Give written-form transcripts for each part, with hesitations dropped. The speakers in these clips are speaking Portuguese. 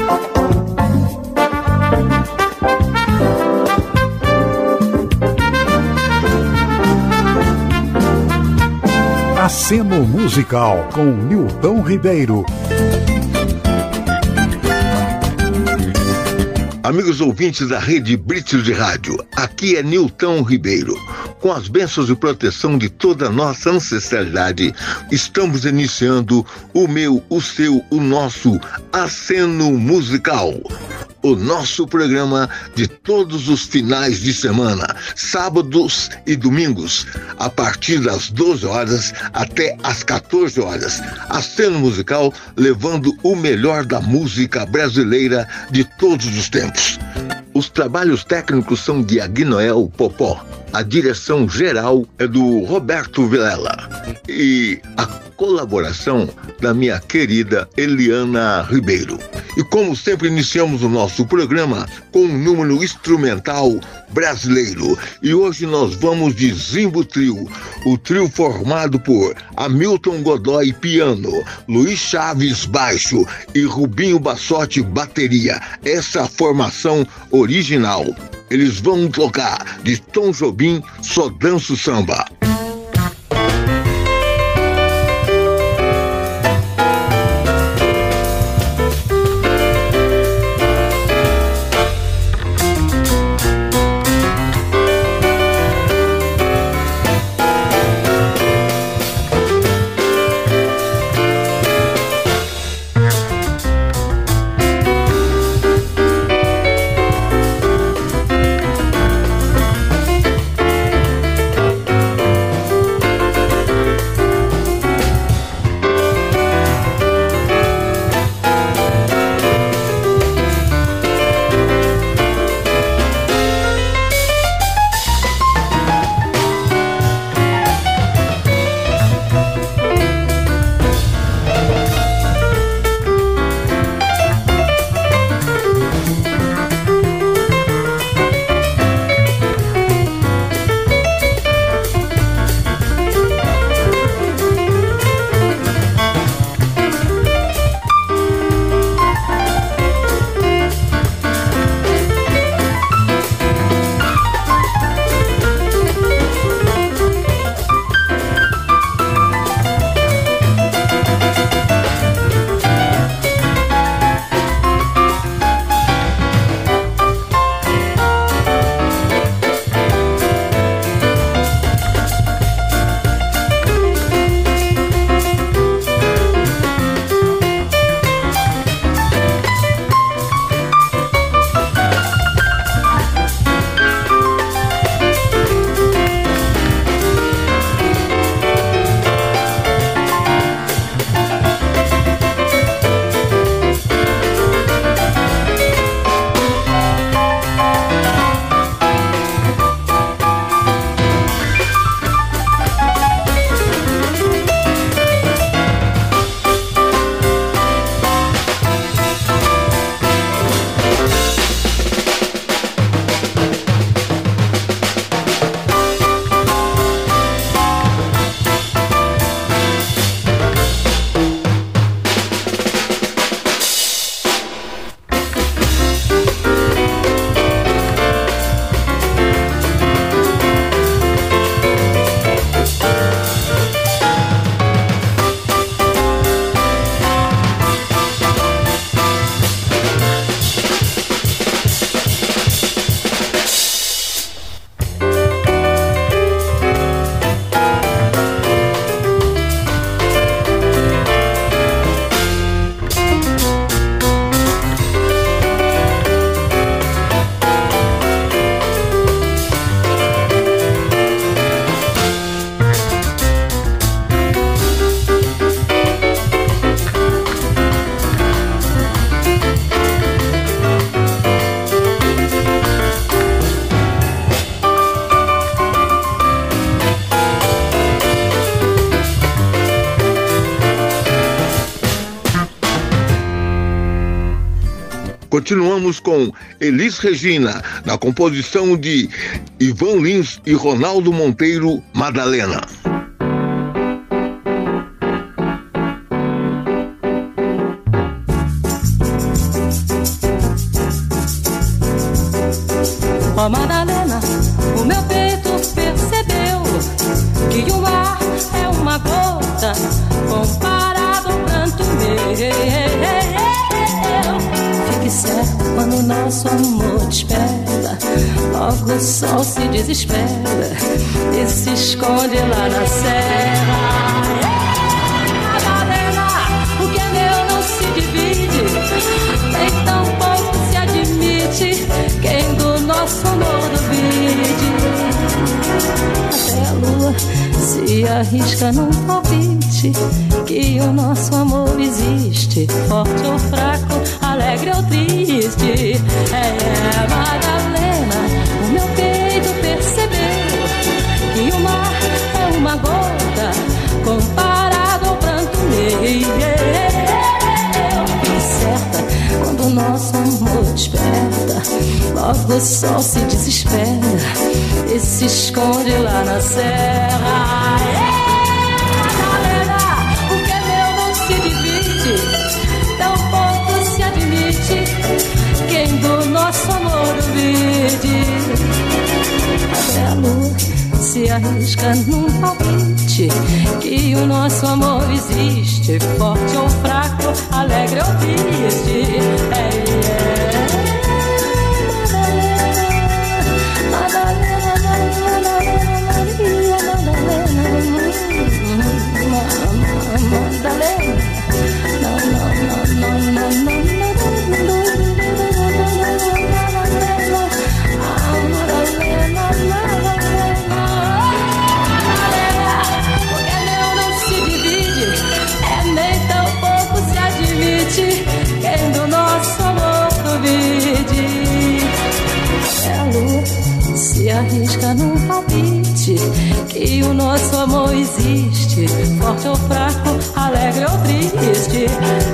Aceno Musical com Nilton Ribeiro. Amigos ouvintes da Rede Brits de Rádio, aqui é Nilton Ribeiro. Com as bênçãos e proteção de toda a nossa ancestralidade, estamos iniciando o meu, o seu, o nosso Aceno Musical. O nosso programa de todos os finais de semana, sábados e domingos, a partir das 12 horas até as 14 horas. Aceno Musical, levando o melhor da música brasileira de todos os tempos. Os trabalhos técnicos são de Agnoel Popó. A direção geral é do Roberto Vilela. E a colaboração da minha querida Eliana Ribeiro. E como sempre, iniciamos o nosso programa com um número instrumental brasileiro. E hoje nós vamos de Zimbo Trio, o trio formado por Hamilton Godoy piano, Luiz Chaves baixo e Rubinho Bassotti bateria. Essa formação original. Eles vão tocar de Tom Jobim, Só Danço Samba. Continuamos com Elis Regina, na composição de Ivan Lins e Ronaldo Monteiro, Madalena. Ó Madalena, o meu peito percebeu que o mar é uma gota comparado ao pranto meu. Fique certo quando o nosso amor desperta, logo o sol se desespera e se esconde lá na serra. Madalena, o que é meu não se divide, nem tampouco se admite quem do nosso amor duvide. Até a lua se arrisca num palpite que o nosso amor existe, forte ou fraco, alegre ou triste. Madalena, o meu peito percebeu que o mar é uma gota comparado ao pranto meu. Fiquei certa quando o nosso amor desperta, logo o sol se desespera e se esconde lá na serra. Madalena, o que é meu não se divide, tampouco se admite quem do nosso amor duvide. Até a lua se arrisca num palpite que o nosso amor existe, forte ou fraco, alegre ou triste. Quem do nosso amor duvide. É a lua se arrisca num palpite que o nosso amor existe, forte ou fraco, alegre ou triste.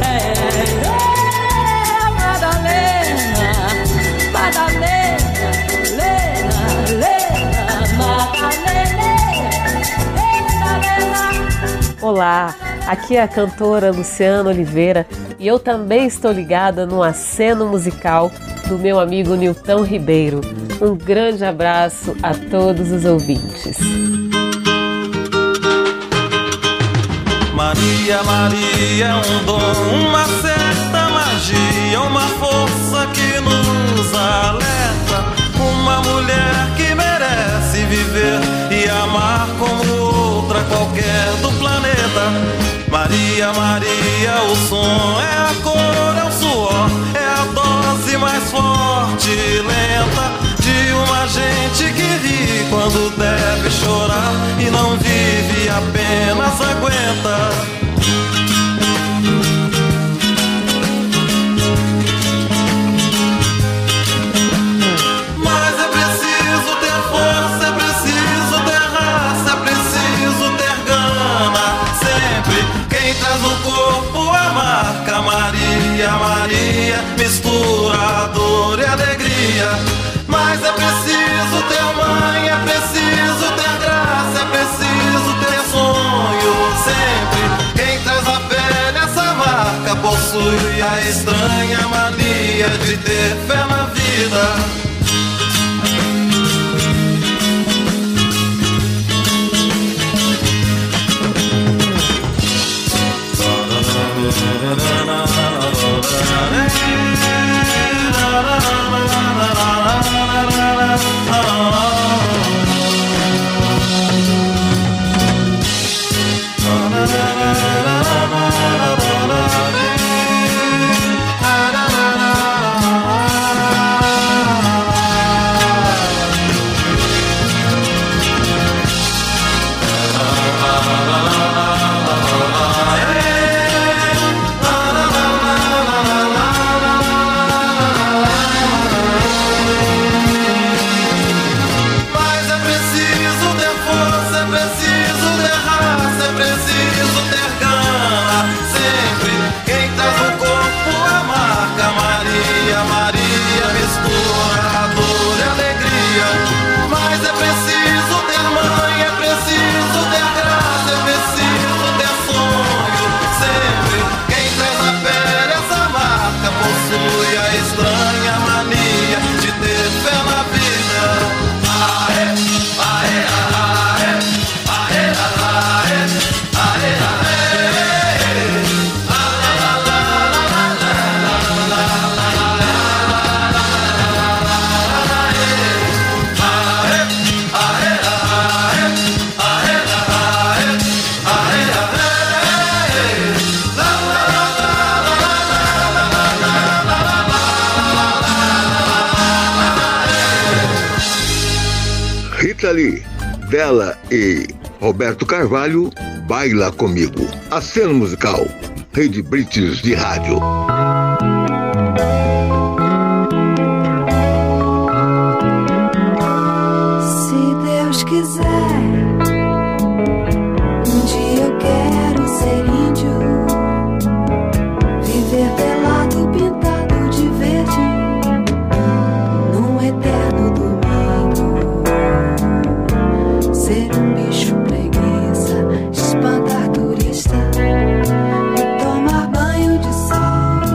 Madalena, Madalena, Lena, Lena, Madalena. Olá, aqui é a cantora Luciana Oliveira e eu também estou ligada no aceno musical do meu amigo Nilton Ribeiro. Um grande abraço a todos os ouvintes. Maria, Maria é um dom, uma certa magia, uma força que nos alerta. Uma mulher que merece viver e amar como outra qualquer do planeta. Maria, Maria, o som é a cor, é o suor, é a dose mais forte e lenta de uma gente que ri quando deve chorar e não vive, apenas aguenta. Mas é preciso ter força, é preciso ter raça, é preciso ter gana. Sempre quem traz no corpo a marca Maria, Maria, mistura a dor e a alegria. Mas é preciso ter mãe, é preciso ter graça, é preciso ter sonho. Sempre quem traz a pele essa marca possui a estranha mania de ter fé na vida. Ali, dela e Roberto Carvalho, Baila Comigo. Aceno musical, Rede Brits de Rádio. Se Deus quiser, um dia eu quero ser índio, viver pelado, pintado de verde, num eterno domingo, ser um bicho preguiça, espantar turista e tomar banho de sol.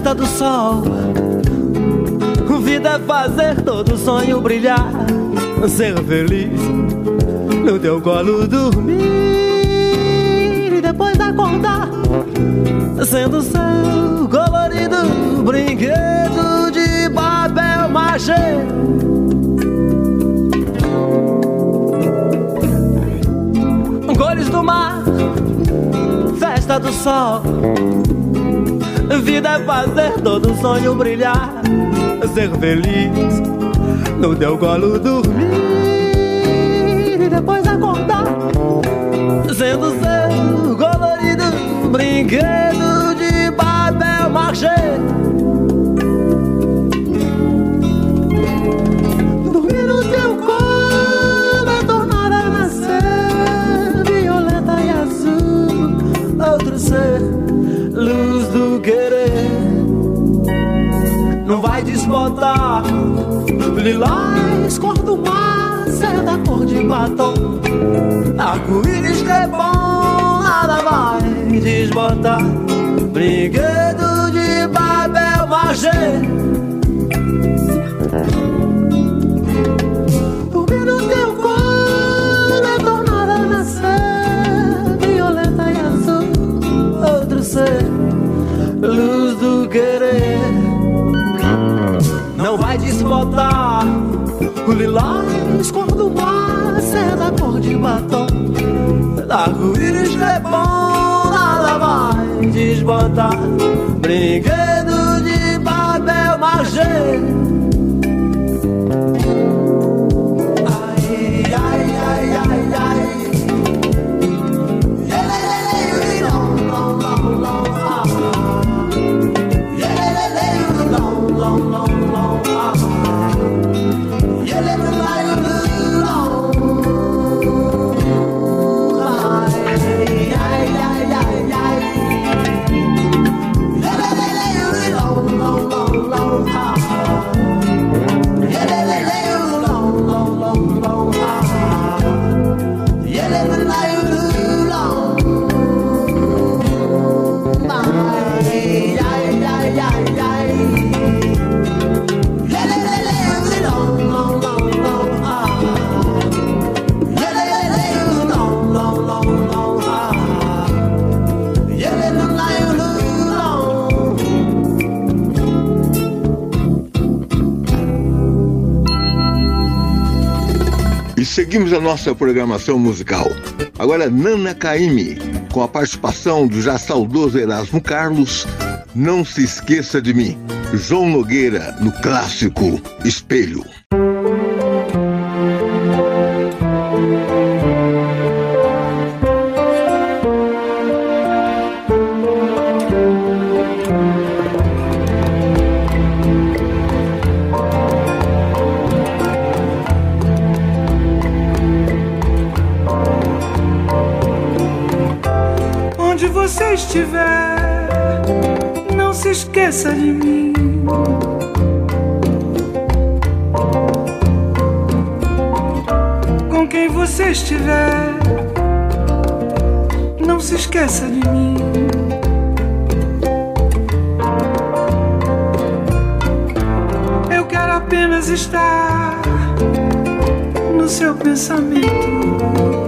festa do sol. Vida é fazer todo sonho brilhar, ser feliz, no teu colo dormir e depois acordar, sendo seu colorido brinquedo de papel machê. Cores do mar, festa do sol. Vida é fazer todo sonho brilhar, ser feliz, no teu colo dormir e depois acordar, sendo seu colorido brinquedo de papel machê. Dormir no teu colo é tornar a nascer violeta e azul, outro ser, luz do querer. Não vai desbotar lilás, cor do mar, seda cor de batom, arco-íris que é bom, nada vai desbotar brinquedo de papel machê. Dormir no teu colo é tornar a nascer violeta e azul, outro ser, luz do querer. Não vai desbotar o lilás, cor do mar, seda cor de batom, arco-íris que é bom, nada vai desbotar brinquedo de papel machê. Ai, ai, ai, ai, ai. Seguimos a nossa programação musical. Agora Nana Caymmi, com a participação do já saudoso Erasmo Carlos, Não Se Esqueça de Mim. João Nogueira, no clássico Espelho. Estiver, não se esqueça de mim. Com quem você estiver, não se esqueça de mim. Eu quero apenas estar no seu pensamento.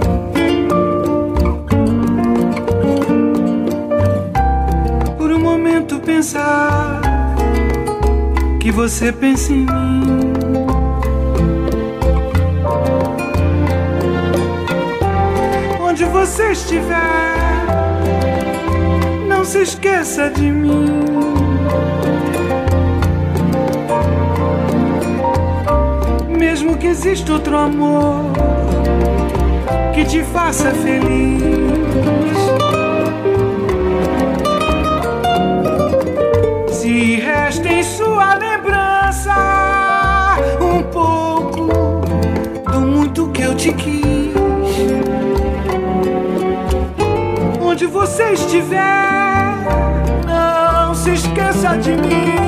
Pensar que você pensa em mim. Onde você estiver, não se esqueça de mim. Mesmo que exista outro amor que te faça feliz, se resta em sua lembrança um pouco do muito que eu te quis. Onde você estiver, não se esqueça de mim.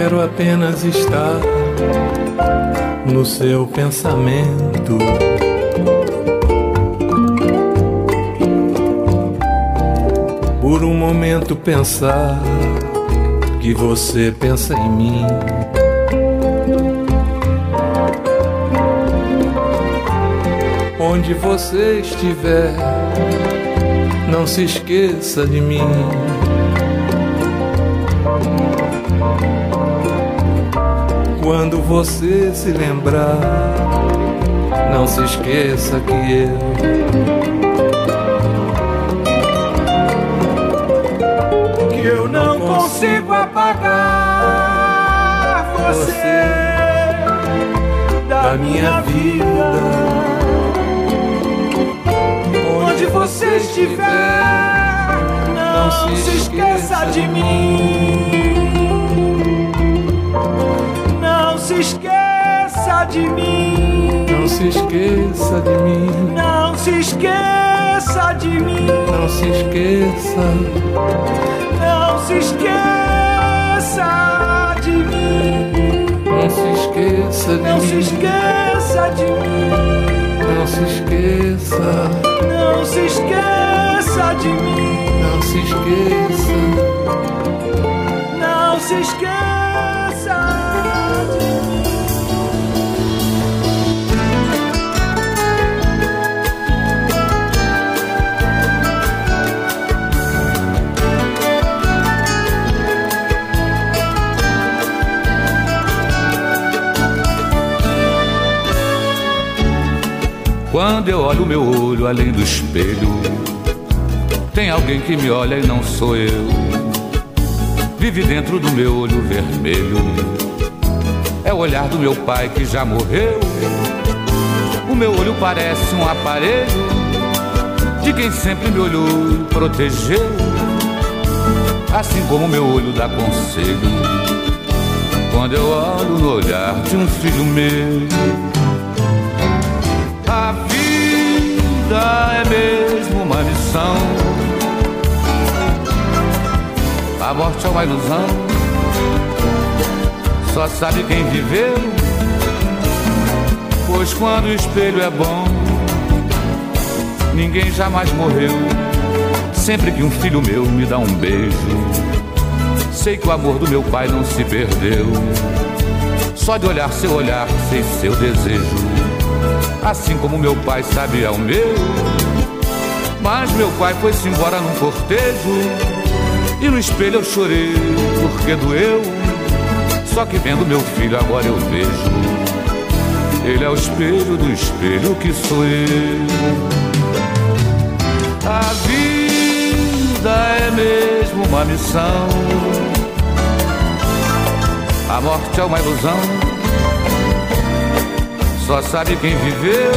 quero apenas estar no seu pensamento. Por um momento pensar que você pensa em mim. Onde você estiver, não se esqueça de mim. Quando você se lembrar, não se esqueça que eu não consigo apagar você da minha vida. Onde você estiver, não se esqueça de mim. Não se esqueça de mim. Não se esqueça de mim. Não se esqueça de mim. Não se esqueça. Não se esqueça de mim. Não se esqueça de mim. Não se esqueça de mim. Não se esqueça. Não se esqueça de mim. Não se esqueça. Não se esqueça de mim. Quando eu olho o meu olho além do espelho, tem alguém que me olha e não sou eu. Vive dentro do meu olho vermelho. É o olhar do meu pai que já morreu. O meu olho parece um aparelho de quem sempre me olhou e protegeu. Assim como o meu olho dá conselho quando eu olho no olhar de um filho meu. A vida é mesmo uma missão. A morte é uma ilusão. Só sabe quem viveu. Pois quando o espelho é bom, ninguém jamais morreu. Sempre que um filho meu me dá um beijo, sei que o amor do meu pai não se perdeu. Só de olhar seu olhar, sei seu desejo. Assim como meu pai sabe é o meu. Mas meu pai foi-se embora num cortejo, e no espelho eu chorei porque doeu. Só que vendo meu filho agora eu vejo, ele é o espelho do espelho que sou eu. A vida é mesmo uma missão. A morte é uma ilusão. Só sabe quem viveu.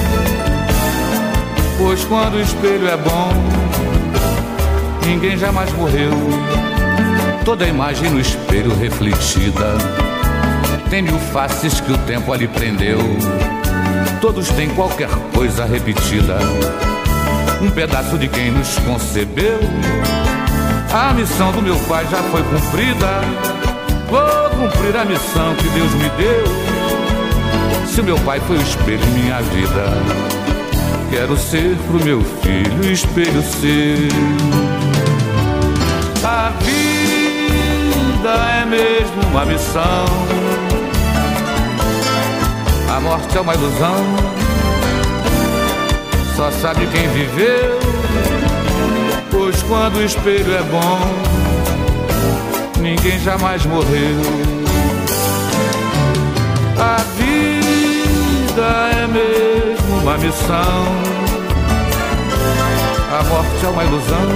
Pois quando o espelho é bom, ninguém jamais morreu. Toda imagem no espelho refletida tem mil faces que o tempo ali prendeu. Todos têm qualquer coisa repetida, um pedaço de quem nos concebeu. A missão do meu pai já foi cumprida. Vou cumprir a missão que Deus me deu. Se meu pai foi o espelho em minha vida, quero ser pro meu filho o espelho seu. A vida é mesmo uma missão. A morte é uma ilusão. Só sabe quem viveu. Pois quando o espelho é bom, ninguém jamais morreu. A vida é mesmo uma missão. A morte é uma ilusão.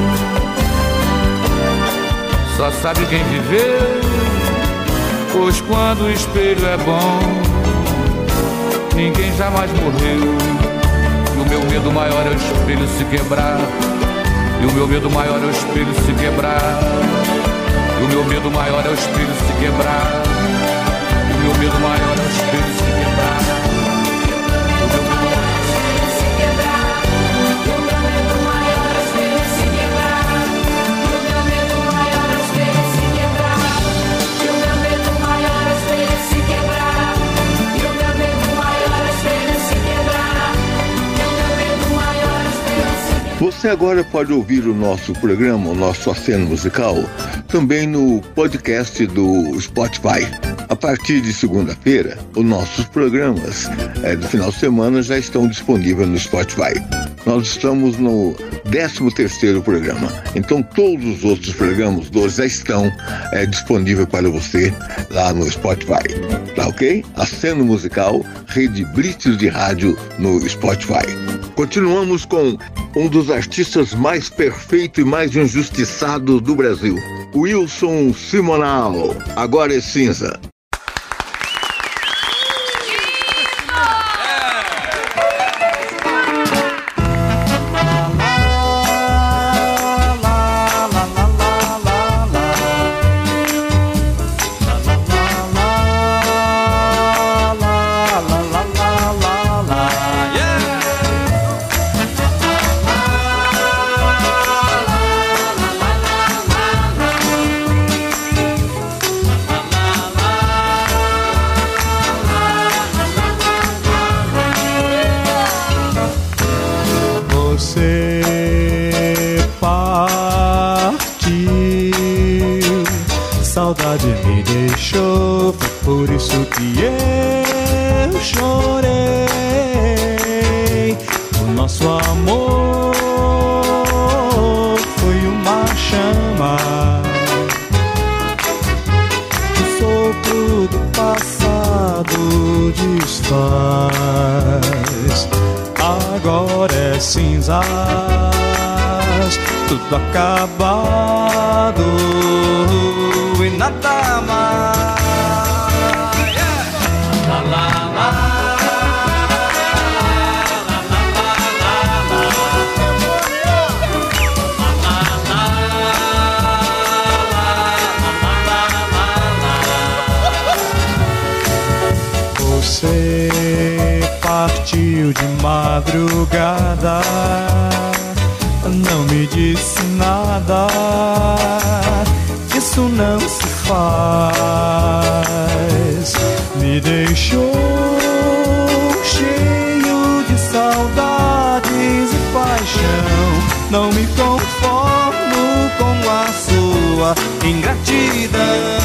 Só sabe quem viveu. Pois quando o espelho é bom, ninguém jamais morreu. E o meu medo maior é o espelho se quebrar. E o meu medo maior é o espelho se quebrar. E o meu medo maior é o espelho se quebrar. E o meu medo maior é o espelho se quebrar. E o meu medo maior é o espelho se quebrar. Você agora pode ouvir o nosso programa, o nosso aceno musical, também no podcast do Spotify. A partir de segunda-feira, os nossos programas do final de semana já estão disponíveis no Spotify. Nós estamos no 13º programa, então todos os outros programas já estão disponíveis para você lá no Spotify, tá ok? Aceno musical, Rede Blitz de Rádio no Spotify. Continuamos com um dos artistas mais perfeitos e mais injustiçados do Brasil, Wilson Simonal. Agora é cinza. Saudade me deixou, foi por isso que eu chorei. O nosso amor foi uma chama, o sopro do passado desfaz. Agora é cinzas, tudo acabado e nada mais. La, la, la. Você partiu de madrugada, não me disse nada, isso não se faz. Me deixou cheio de saudades e paixão, não me conformo com a sua ingratidão.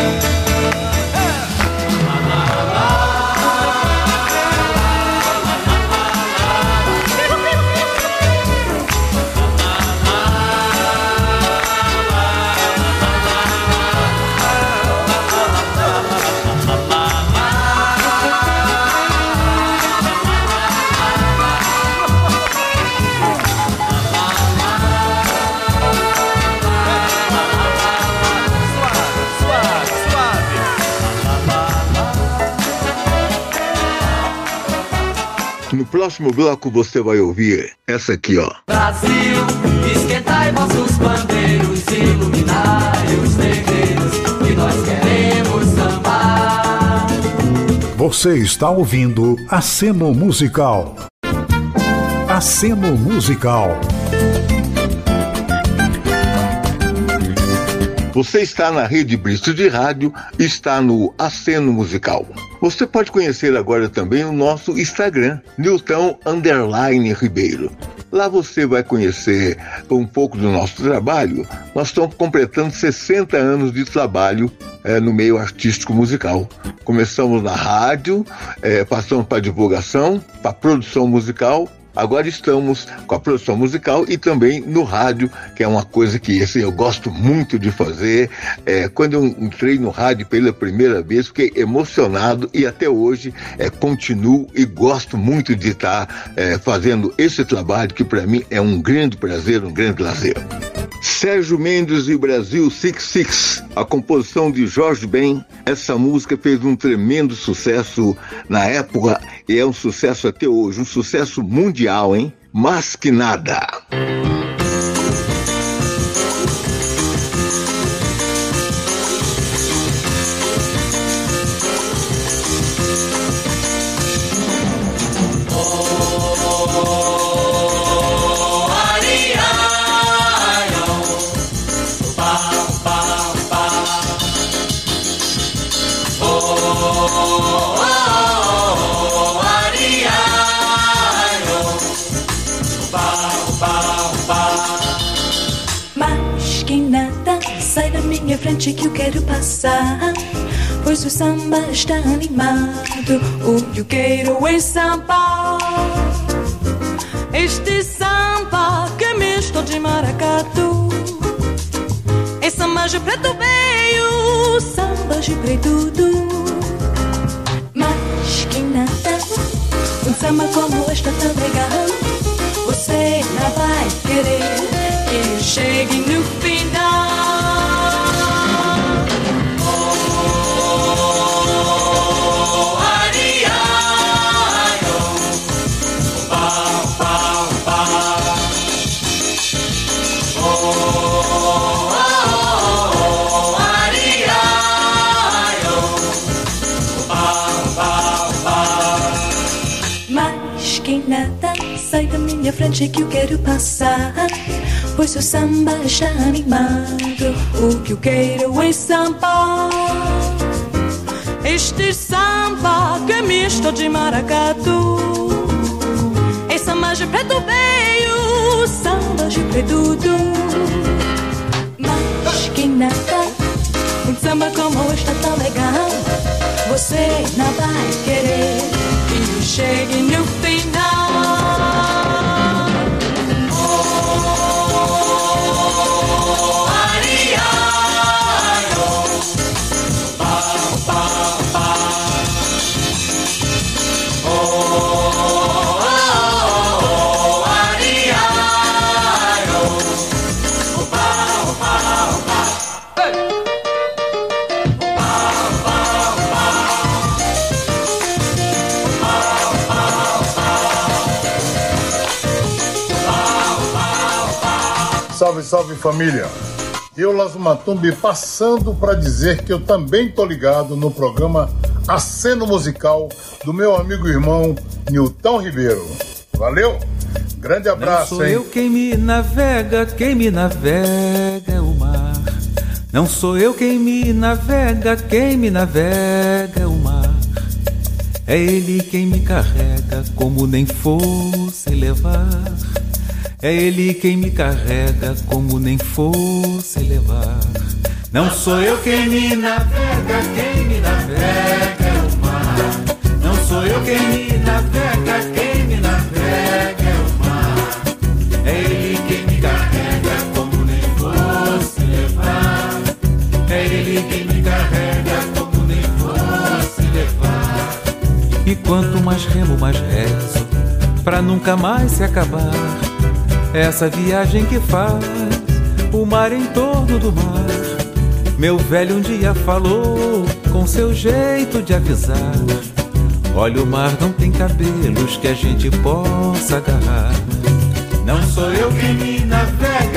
No próximo bloco você vai ouvir essa aqui, ó. Brasil, esquentai vossos bandeiros, iluminai os terreiros, que nós queremos sambar. Você está ouvindo Aceno Musical. Aceno Musical. Você está na Rede Blitz de Rádio, está no Aceno Musical. Você pode conhecer agora também o nosso Instagram, Nilton_Ribeiro. Lá você vai conhecer um pouco do nosso trabalho. Nós estamos completando 60 anos de trabalho no meio artístico musical. Começamos na rádio, passamos para divulgação, para produção musical. Agora estamos com a produção musical e também no rádio, que é uma coisa que eu gosto muito de fazer. Quando eu entrei no rádio pela primeira vez, fiquei emocionado e até hoje continuo e gosto muito de estar fazendo esse trabalho, que para mim é um grande prazer, um grande lazer. Sérgio Mendes e Brasil 66, a composição de Jorge Ben. Essa música fez um tremendo sucesso na época e é um sucesso até hoje, um sucesso mundial, hein? Mais que nada. Bow, bow. minha frente que eu quero passar, pois o samba está animado. O que eu quero é samba, este samba que é misto de maracatu. É samba de preto veio, samba de preto do. Mas que nada, um samba como este é tão legal, você não vai querer que eu chegue no final. Sai da minha frente que eu quero passar, pois o samba está animado. O que eu quero é samba, este samba que é misto de maracatu. É samba de preto veio, samba de preto do. Mas que nada, um samba como este é tão legal, você não vai querer que eu chegue no final. Salve, salve família! Eu, Lazo Matumbi, passando para dizer que eu também tô ligado no programa Aceno Musical do meu amigo e irmão Nilton Ribeiro. Valeu? Grande abraço, não sou hein? Eu quem me navega é o mar. Não sou eu quem me navega é o mar. É ele quem me carrega como nem fosse levar. É ele quem me carrega como nem fosse levar. Não sou eu quem me navega é o mar. Não sou eu quem me navega é o mar. É ele quem me carrega como nem fosse levar. É ele quem me carrega como nem fosse levar. E quanto mais remo, mais rezo, pra nunca mais se acabar essa viagem que faz o mar em torno do mar. Meu velho um dia falou com seu jeito de avisar: olha, o mar não tem cabelos que a gente possa agarrar. Não sou eu quem me navega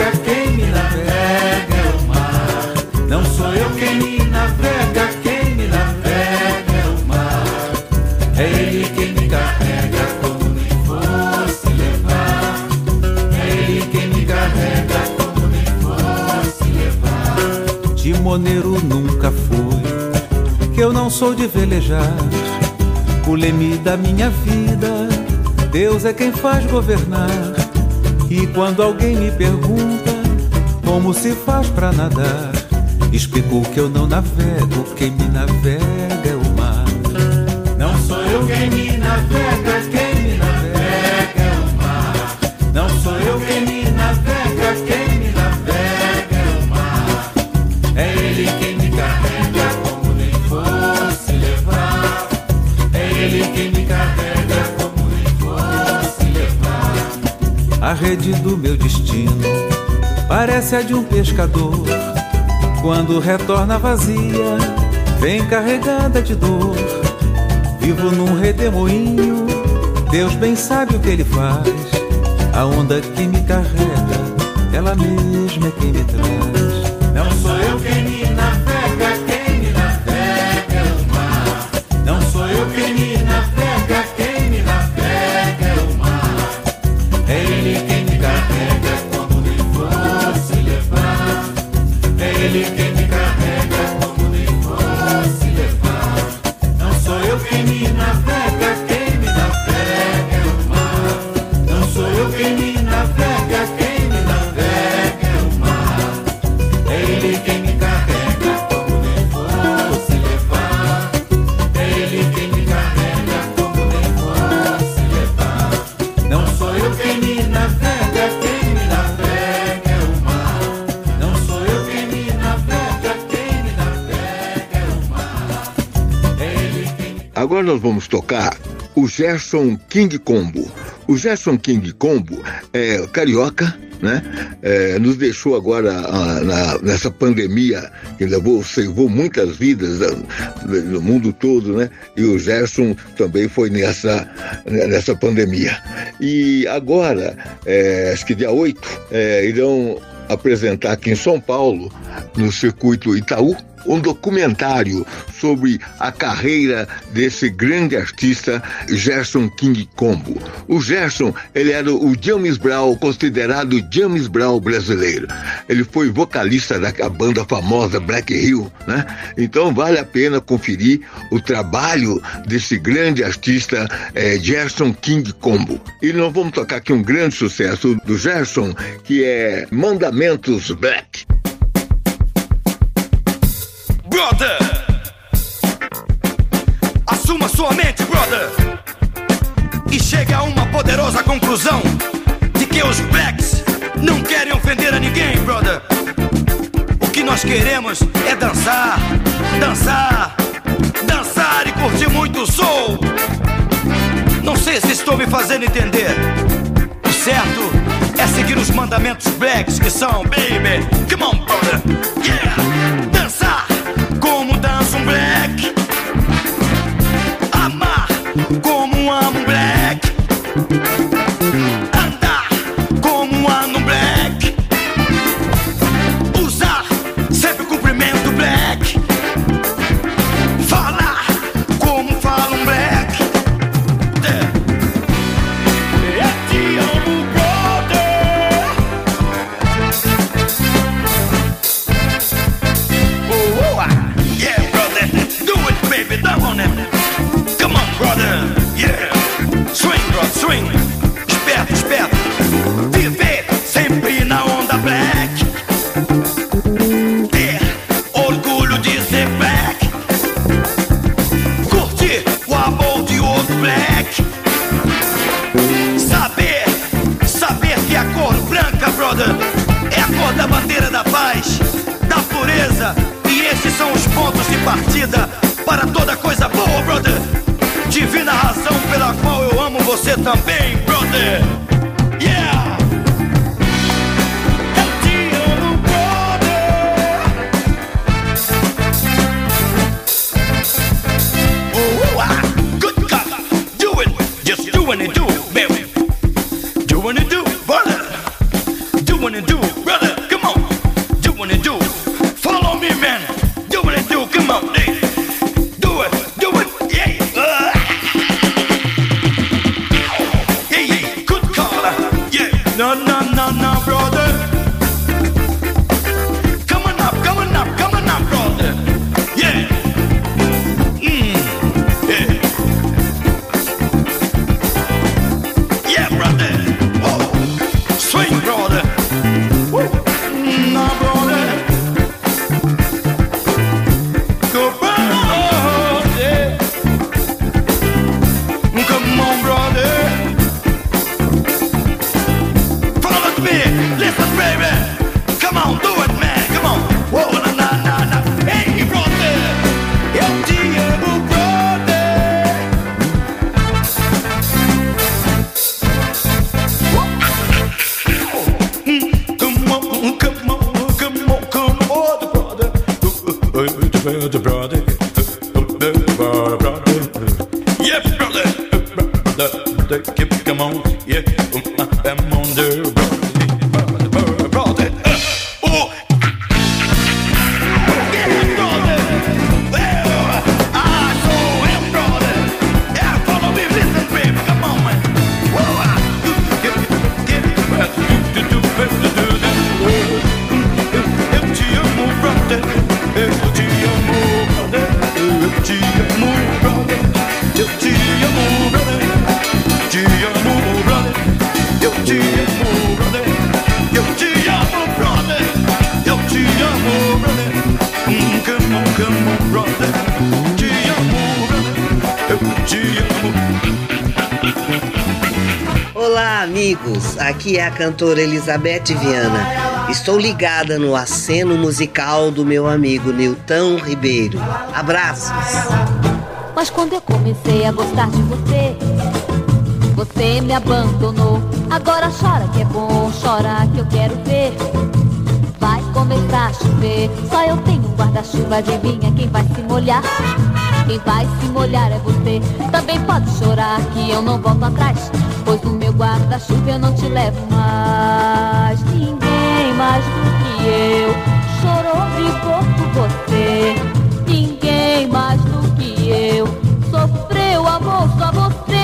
é o mar. Não sou eu quem me navega é o mar. É ele quem me carrega como nem fosse levar. É ele quem me carrega como nem fosse levar. Timoneiro nunca fui, que eu não sou de velejar. O leme da minha vida, Deus é quem faz governar. E quando alguém me pergunta como se faz pra nadar, explico que eu não navego, quem me navega é o mar. Não sou eu quem me navega é o mar. Não sou eu quem me navega é o mar. É ele quem me carrega como nem fosse levar. É ele quem me carrega como nem fosse levar. A rede do meu destino parece a de um pescador. Quando retorna vazia, vem carregada de dor. Vivo num redemoinho, Deus bem sabe o que ele faz. A onda que me carrega, ela mesma é quem me traz. Não sou eu quem me navega é o mar. Não sou eu quem me navega é o mar. É ele quem me carrega como nem fosse levar. É ele quem me carrega como nem fosse levar. Não sou eu quem me navega é o mar. Não sou eu quem me navega é o mar. É ele quem me carrega Agora nós vamos tocar o Gerson King Combo. O Gerson King Combo é carioca, né? Nos deixou agora nessa pandemia que ceivou muitas vidas no mundo todo, né? E o Gerson também foi nessa pandemia. E agora, acho que dia 8, irão apresentar aqui em São Paulo, no circuito Itaú, um documentário sobre a carreira desse grande artista Gerson King Combo. O Gerson, ele era o James Brown, considerado James Brown brasileiro. Ele foi vocalista da banda famosa Black Hill, né? Então vale a pena conferir o trabalho desse grande artista Gerson King Combo. E nós vamos tocar aqui um grande sucesso do Gerson, que é Mandamentos Black. Brother, assuma sua mente, brother, e chegue a uma poderosa conclusão de que os blacks não querem ofender a ninguém, brother. O que nós queremos é dançar, dançar, dançar e curtir muito soul. Não sei se estou me fazendo entender. O certo é seguir os mandamentos blacks, que são, baby, come on, brother, yeah, dançar como dança um black, amar como amo um black, andar como ando um black, usar sempre cumprimento black, falar como fala um black. Eu te amo, brother. Yeah, brother, do it, baby, down on it. Come on, brother, yeah. Swing, brother, swing. Esperto, esperto. Viver sempre na onda black. Ter orgulho de ser black. Curtir o amor de outro black. Saber que a cor branca, brother, é a cor da bandeira da paz, da pureza. E esses são os pontos de partida para toda coisa boa, brother. Divina razão pela qual eu amo você também, brother. Yeah! Eu te amo, brother. Good God, do it, just do what you do, baby. Do what you do, brother. Do what you do, brother. Come on, do what you do. Follow me, man. Do what you do. Come on, hey. Do it, yeah. Yeah, good call. Yeah, no, brother. Come on up, brother. Yeah. Yeah. Yeah, brother. Whoa. Swing, brother. Woo. No, brother. Go, brother. Come on, brother. Follow me. Listen, baby. Come on, do it, man. Come on. Whoa, na. Hey, brother. Eu te amo, brother. Come on, brother. The brother. Yeah, brother. Come on, yeah. I'm on the brother. Oh. Yeah, brother. Well, I saw him, brother. Yeah, follow me, listen, baby. Come on, man. Eu te amo, brother. Eu te amo, brother. Eu te amo, brother. Eu te amo, brother. Te amo, brother. Eu te amo, brother. Eu te amo, brother. Eu te amo, brother. Come on, brother. Te amo, brother. Eu te amo. Olá, amigos. Aqui é a cantora Elizabeth Viana. Estou ligada no aceno musical do meu amigo Nilton Ribeiro. Abraços. Mas quando eu comecei a gostar de você, você me abandonou. Agora chora que é bom, chora que eu quero ver. Vai começar a chover, só eu tenho um guarda-chuva, adivinha quem vai se molhar? Quem vai se molhar é você. Também pode chorar que eu não volto atrás, pois no meu guarda-chuva eu não te levo mais. Ninguém mais do que eu chorou, brigou por você. Ninguém mais do que eu sofreu amor, só você.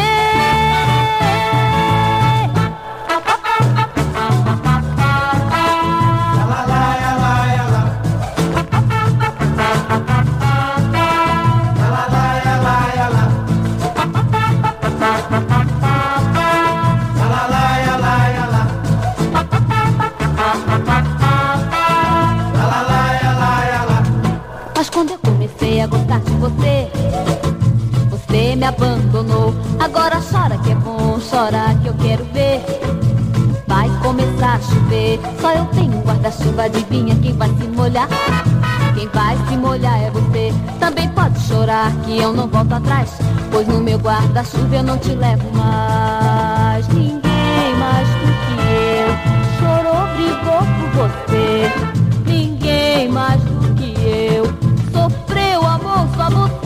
Você me abandonou. Agora chora que é bom, chora que eu quero ver. Vai começar a chover, só eu tenho um guarda-chuva, adivinha quem vai se molhar? Quem vai se molhar é você. Também pode chorar que eu não volto atrás, pois no meu guarda-chuva eu não te levo mais. Ninguém mais do que eu chorou, brigou por você. Ninguém mais do que eu sofreu amor, só você.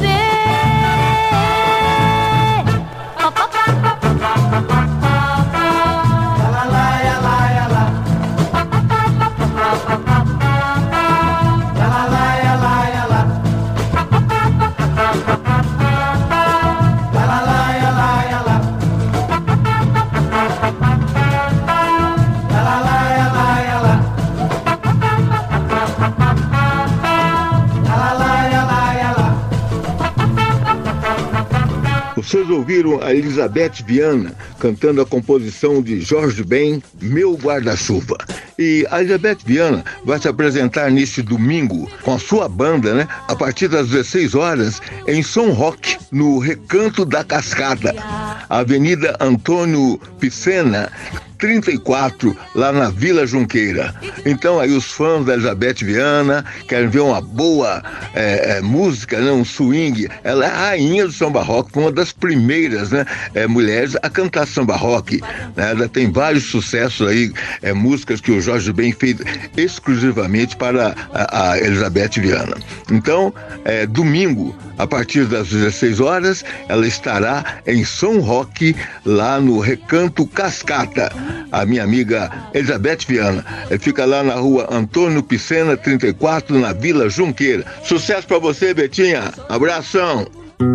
Vocês ouviram a Elizabeth Viana cantando a composição de Jorge Ben, Meu Guarda-Chuva. E a Elizabeth Viana vai se apresentar neste domingo com a sua banda, né? A partir das 16 horas em São Roque, no Recanto da Cascata, Avenida Antônio Picena, 34, lá na Vila Junqueira. Então aí os fãs da Elizabeth Viana querem ver uma boa música, né, um swing. Ela é a rainha do samba rock, uma das primeiras, né, mulheres a cantar samba rock, né? Ela tem vários sucessos aí, músicas que o Jorge Ben fez exclusivamente para a Elizabeth Viana. Então, domingo, a partir das 16 horas, ela estará em São Roque, lá no Recanto Cascata. A minha amiga Elizabeth Viana fica lá na rua Antônio Picena, 34, na Vila Junqueira. Sucesso pra você, Betinha. Abração.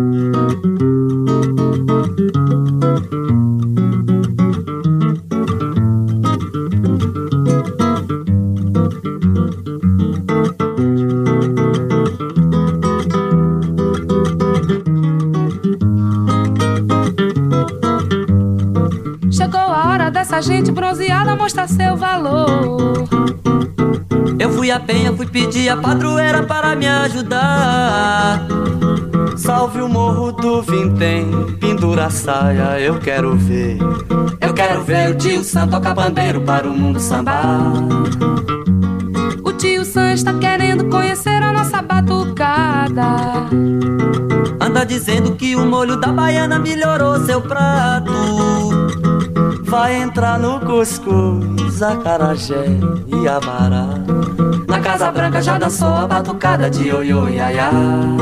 Gente bronzeada mostra seu valor. Eu fui a penha, fui pedir a padroeira para me ajudar. Salve o morro do Vintém, pendura a saia, eu quero ver. Eu quero ver o tio Sam tocar pandeiro para o mundo sambar. O tio Sam está querendo conhecer a nossa batucada. Anda dizendo que o molho da baiana melhorou seu prato. Vai entrar no cuscuz, acarajé e abará. Na Casa Branca já dançou a batucada de ioiô e iaiá.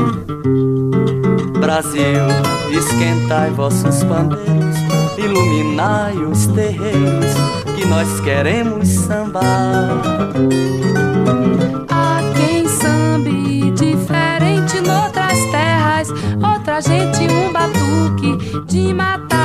Brasil, esquentai vossos pandeiros, iluminai os terreiros, que nós queremos sambar. Há quem sambe diferente noutras terras, outra gente um batuque de matar.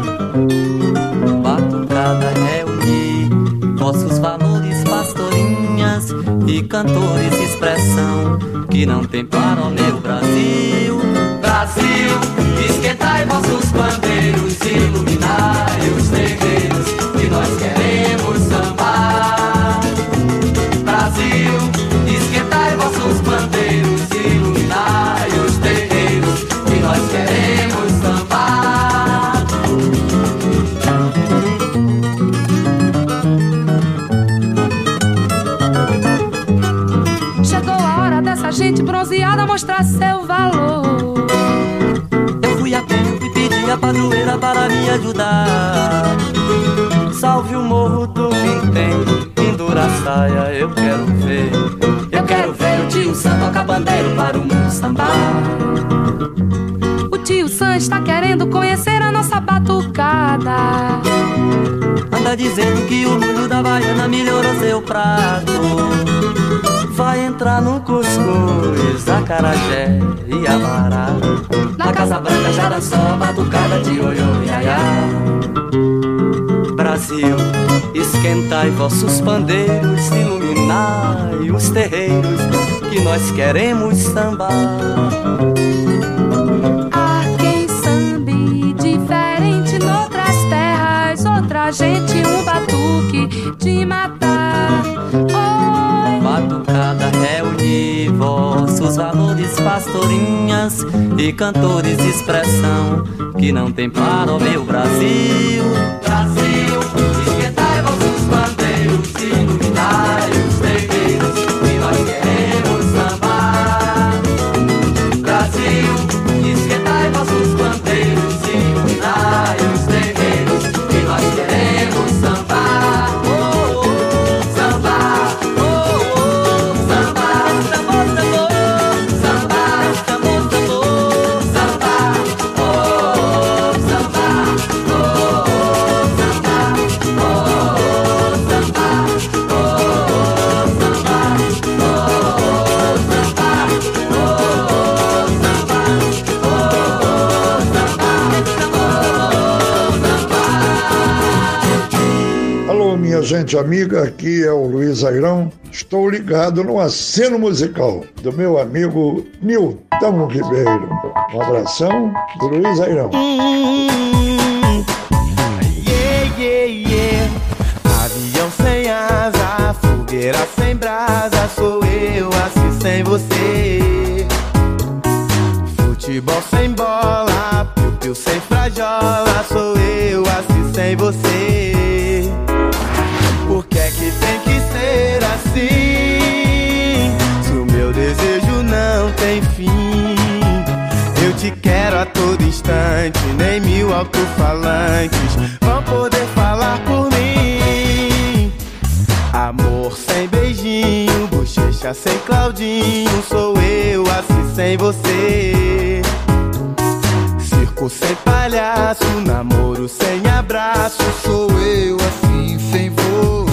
Batucada é unir nossos valores, pastorinhas e cantores, expressão que não tem para o meu Brasil. Brasil, esquentai vossos pandeiros, iluminai os terreiros, que nós queremos sambar. Brasil, esquentai vossos pandeiros, iluminai os terreiros, que nós queremos sambar. Chegou a hora dessa gente bronzeada mostrar seu valor. saia, eu quero ver. Eu quero ver o tio Sam tocar bandeiro para o mundo sambar. O tio Sam está querendo conhecer a nossa batucada. Anda dizendo que o molho da baiana melhorou seu prato. Vai entrar no cuscuz, acarajé e abará. Na Casa Branca já dançou a batucada de ioiô, iaiá. Brasil, esquentai vossos pandeiros, iluminai os terreiros, que nós queremos sambar. Há quem sambe diferente noutras terras, outra gente um batuque de matar. Oi. Batucada reunir vossos valores, pastorinhas e cantores de expressão, que não tem para o meu Brasil. Brasil, esquentai vossos bandeiros, iluminai os terreiros, que nós queremos sambar. Brasil, esquentai vossos bandeiros, iluminai os terreiros, que nós queremos sambar. Oh, oh, sambar, oh, oh, sambar, tambor, tambor, sambar, tambor, tambor, sambar, oh, sambar, oh, sambar, oh, sambar, Alô, minha gente amiga, aqui é o Luiz Airão. Estou ligado no aceno musical do meu amigo Nilton Ribeiro. Um abração do Luiz Airão. Yeah, yeah, yeah. Avião sem asa, fogueira sem brasa, sou eu assim sem você. Futebol sem bola, piu-piu sem frajola, sou eu assim sem você. Por que é que tem que ser assim? Se o meu desejo não tem fim, eu te quero a todo instante, nem mil alto-falantes vão poder falar por mim. Amor sem beijinho, bochecha sem Claudinho, sou eu assim sem você. Circo sem palhaço, namoro sem abraço, sou eu assim sem você.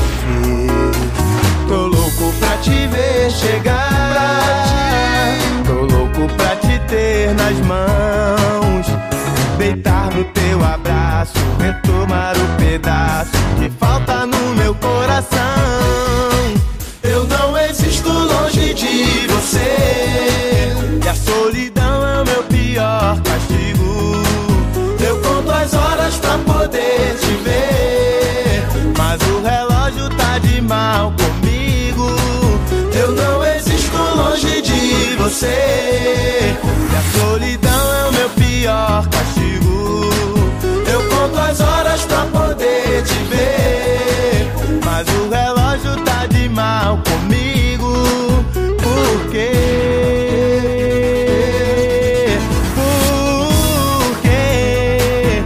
Tô louco pra te ver chegar, tô louco pra te ter nas mãos, deitar no teu abraço, retomar o pedaço que falta no meu coração. Eu não existo longe de você, e a solidão é o meu pior castigo. Eu conto as horas pra poder te ver, mas o relógio tá de mal comigo. Eu não existo longe de você, e a solidão é o meu pior castigo. Eu conto as horas pra poder te ver, mas o relógio tá de mal comigo. Por quê? Por quê?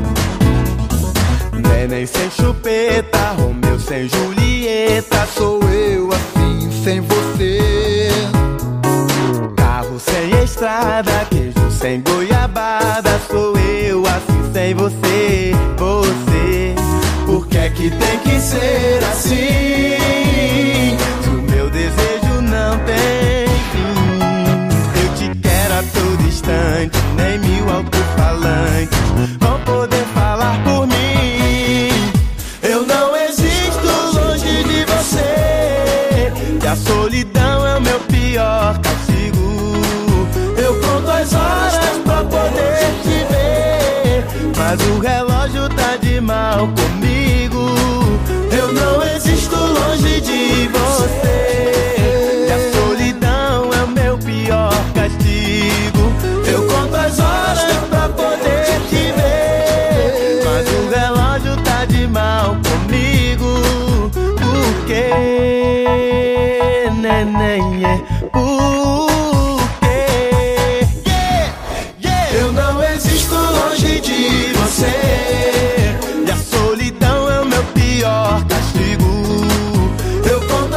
Neném sem chupeta, Romeu sem Julieta, sou eu assim sem você. Carro sem estrada, queijo sem goiabada, sou eu assim sem você. Você, por que é que tem que ser assim? Se o meu desejo não tem fim, eu te quero a todo instante, nem mil alto-falantes vão poder falar por mim. Eu não existo longe de você, e a solidão é o meu pior castigo. Eu conto as horas pra poder te ver, mas o relógio tá de mal comigo. Eu não existo longe de você, e a solidão é o meu pior castigo. Eu conto as horas pra poder te ver, mas o relógio tá de mal comigo. Por quê, neném? Por quê? Yeah, yeah. Eu não existo longe de você, e a solidão é o meu pior castigo. Eu conto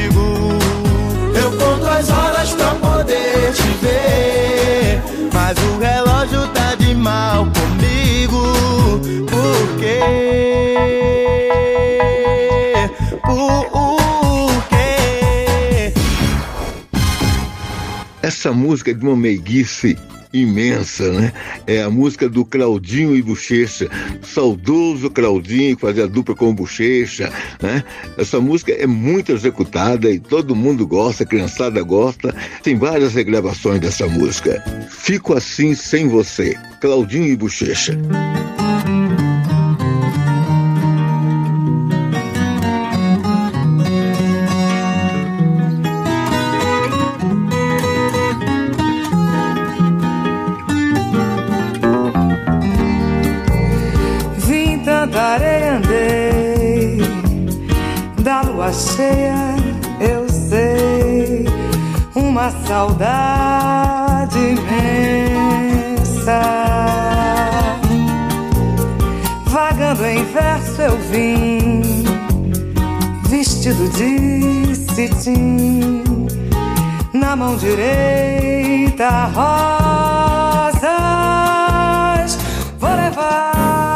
comigo. Eu conto as horas pra poder te ver, mas o relógio tá de mal comigo. Por quê? Por quê? Essa música é de uma meiguice imensa, né? É a música do Claudinho e Bochecha, saudoso Claudinho, que fazia dupla com o Bochecha, né? Essa música é muito executada e todo mundo gosta, a criançada gosta. Tem várias regravações dessa música. Fico Assim Sem Você, Claudinho e Bochecha. Andei da lua cheia, eu sei, uma saudade imensa. Vagando em verso eu vim, vestido de cetim, na mão direita rosas, vou levar.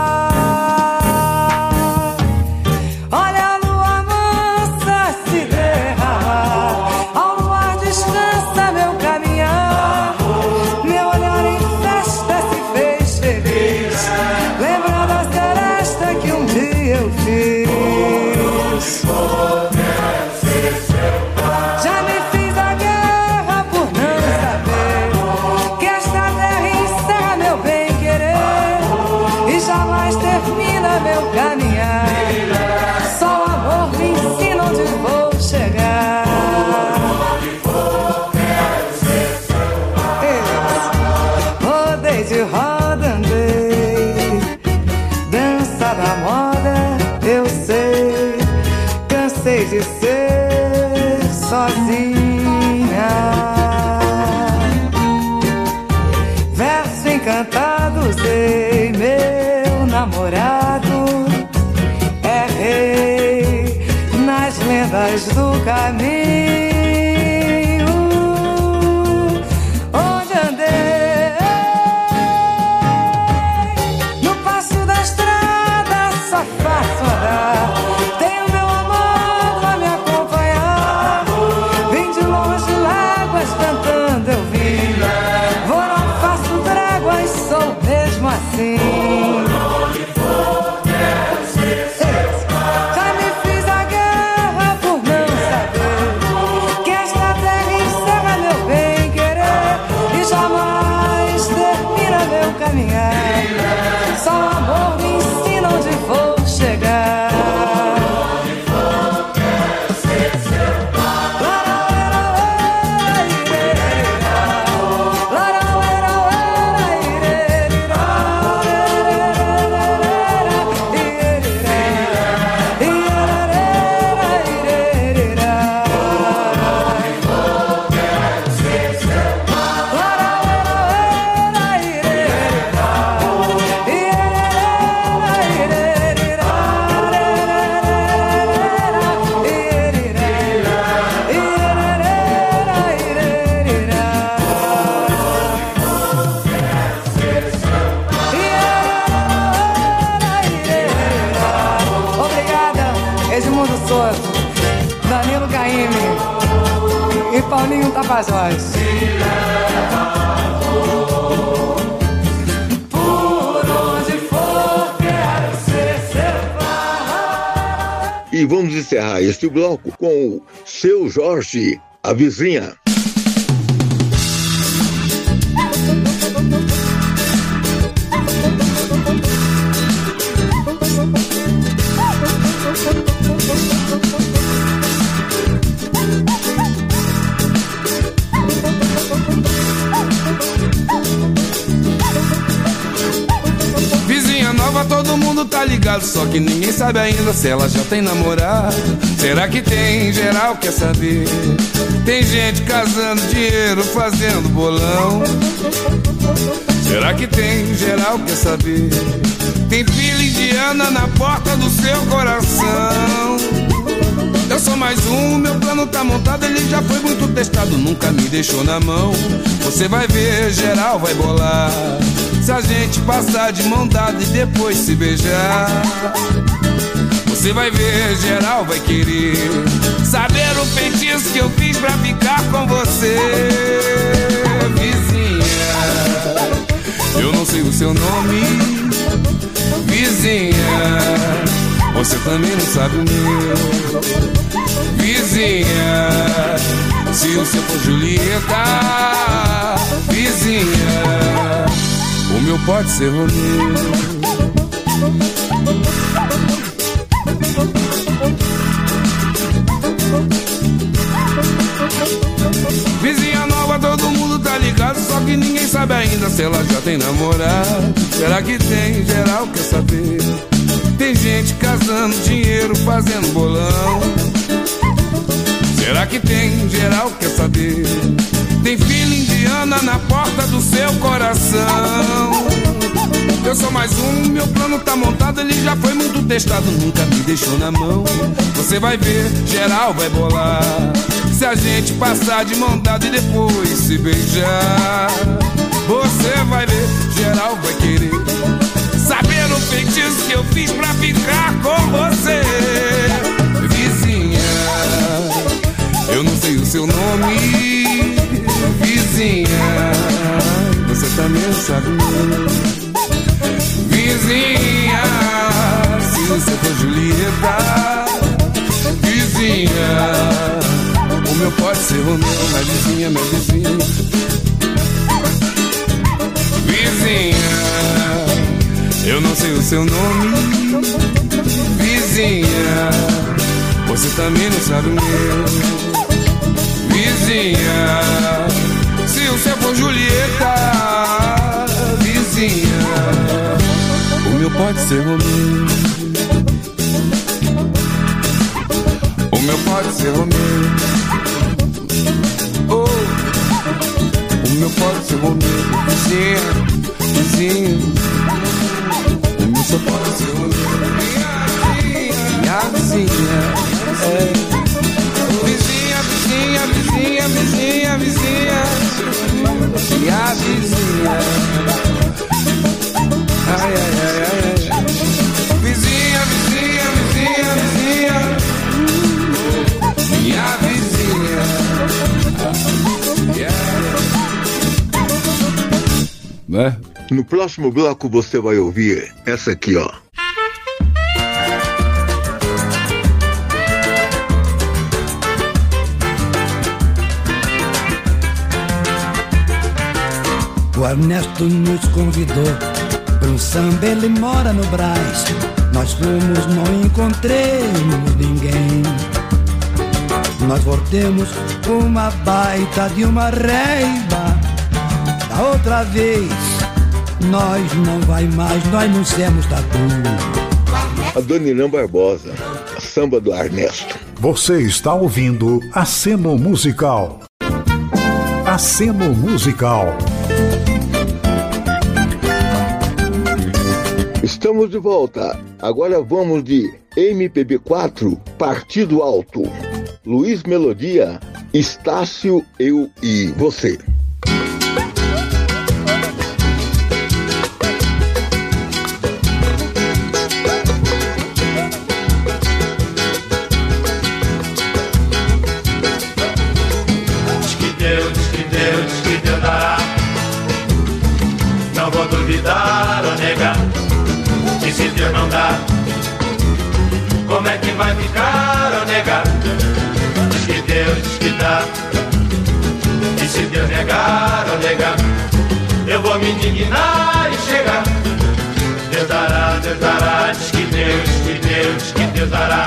De ser sozinha, verso encantado usei, meu namorado é rei nas lendas do caminho onde andei, no passo da estrada só faço andar. Tenho meu cantando eu vim, vou, não faço tréguas, sou mesmo assim. Já me fiz a guerra por não saber que esta terra encerra meu bem querer e jamais termina meu caminhar. Só o amor me ensina onde vou chegar. Danilo Caymmi e Paulinho Tapajós. Por onde for quero ser seu par. E vamos encerrar este bloco com o Seu Jorge, a vizinha. Todo mundo tá ligado, só que ninguém sabe ainda se ela já tem namorado. Será que tem? Geral quer saber. Tem gente casando dinheiro, fazendo bolão. Será que tem? Geral quer saber. Tem fila indiana na porta do seu coração. Eu sou mais um, meu plano tá montado, ele já foi muito testado, nunca me deixou na mão. Você vai ver, geral vai bolar, se a gente passar de mão dada e depois se beijar. Você vai ver, geral vai querer saber o feitiço que eu fiz pra ficar com você. Vizinha, eu não sei o seu nome. Vizinha, você também não sabe o meu. Vizinha, se o seu for Julieta. Vizinha, o meu pode ser Romeu. Vizinha nova, todo mundo tá ligado, só que ninguém sabe ainda se ela já tem namorado. Será que tem? Geral quer saber. Tem gente casando dinheiro, fazendo bolão. Será que tem? Geral quer saber. Tem filha indiana na porta do seu coração. Eu sou mais um, meu plano tá montado, ele já foi muito testado, nunca me deixou na mão. Você vai ver, geral vai bolar, se a gente passar de mão dada e depois se beijar. Você vai ver, geral vai querer saber o feitiço que eu fiz pra ficar com você. Vizinha, eu não sei o seu nome. Vizinha, você também sabe o meu. Vizinha, se você for Julieta. Vizinha, o meu pode ser Romeu, minha vizinha, minha vizinha. Vizinha, eu não sei o seu nome. Vizinha, você também não sabe o meu. Vizinha, se o seu for Julieta. Vizinha, o meu pode ser Romeu. O meu pode ser Romeu. Oh, o meu pode ser Romeu. Vizinha, vizinha, o meu só pode ser Romeu. Minha vizinha, é. Vizinha, vizinha, vizinha, vizinha, vizinha, minha vizinha. Ai, ai, ai, ai, ai. Vizinha, vizinha, vizinha, vizinha, minha vizinha. Yeah. No próximo bloco você vai ouvir essa aqui, ó. O Ernesto nos convidou para um samba, ele mora no Brás. Nós fomos, não encontremos ninguém. Nós voltemos uma baita de uma reiva. Da outra vez, nós não vai mais, nós não somos tatu. A Dona Irã Barbosa, a samba do Ernesto. Você está ouvindo Aceno Musical. Aceno Musical. Estamos de volta. Agora vamos de MPB4, Partido Alto. Luiz Melodia, Estácio, Eu e Você. Diz que Deus dará. Não vou duvidar ou negar. E se Deus não dá, como é que vai ficar ou negar? Diz que dá. E se Deus negar ou negar, eu vou me indignar e chegar. Deus dará, diz que Deus dará.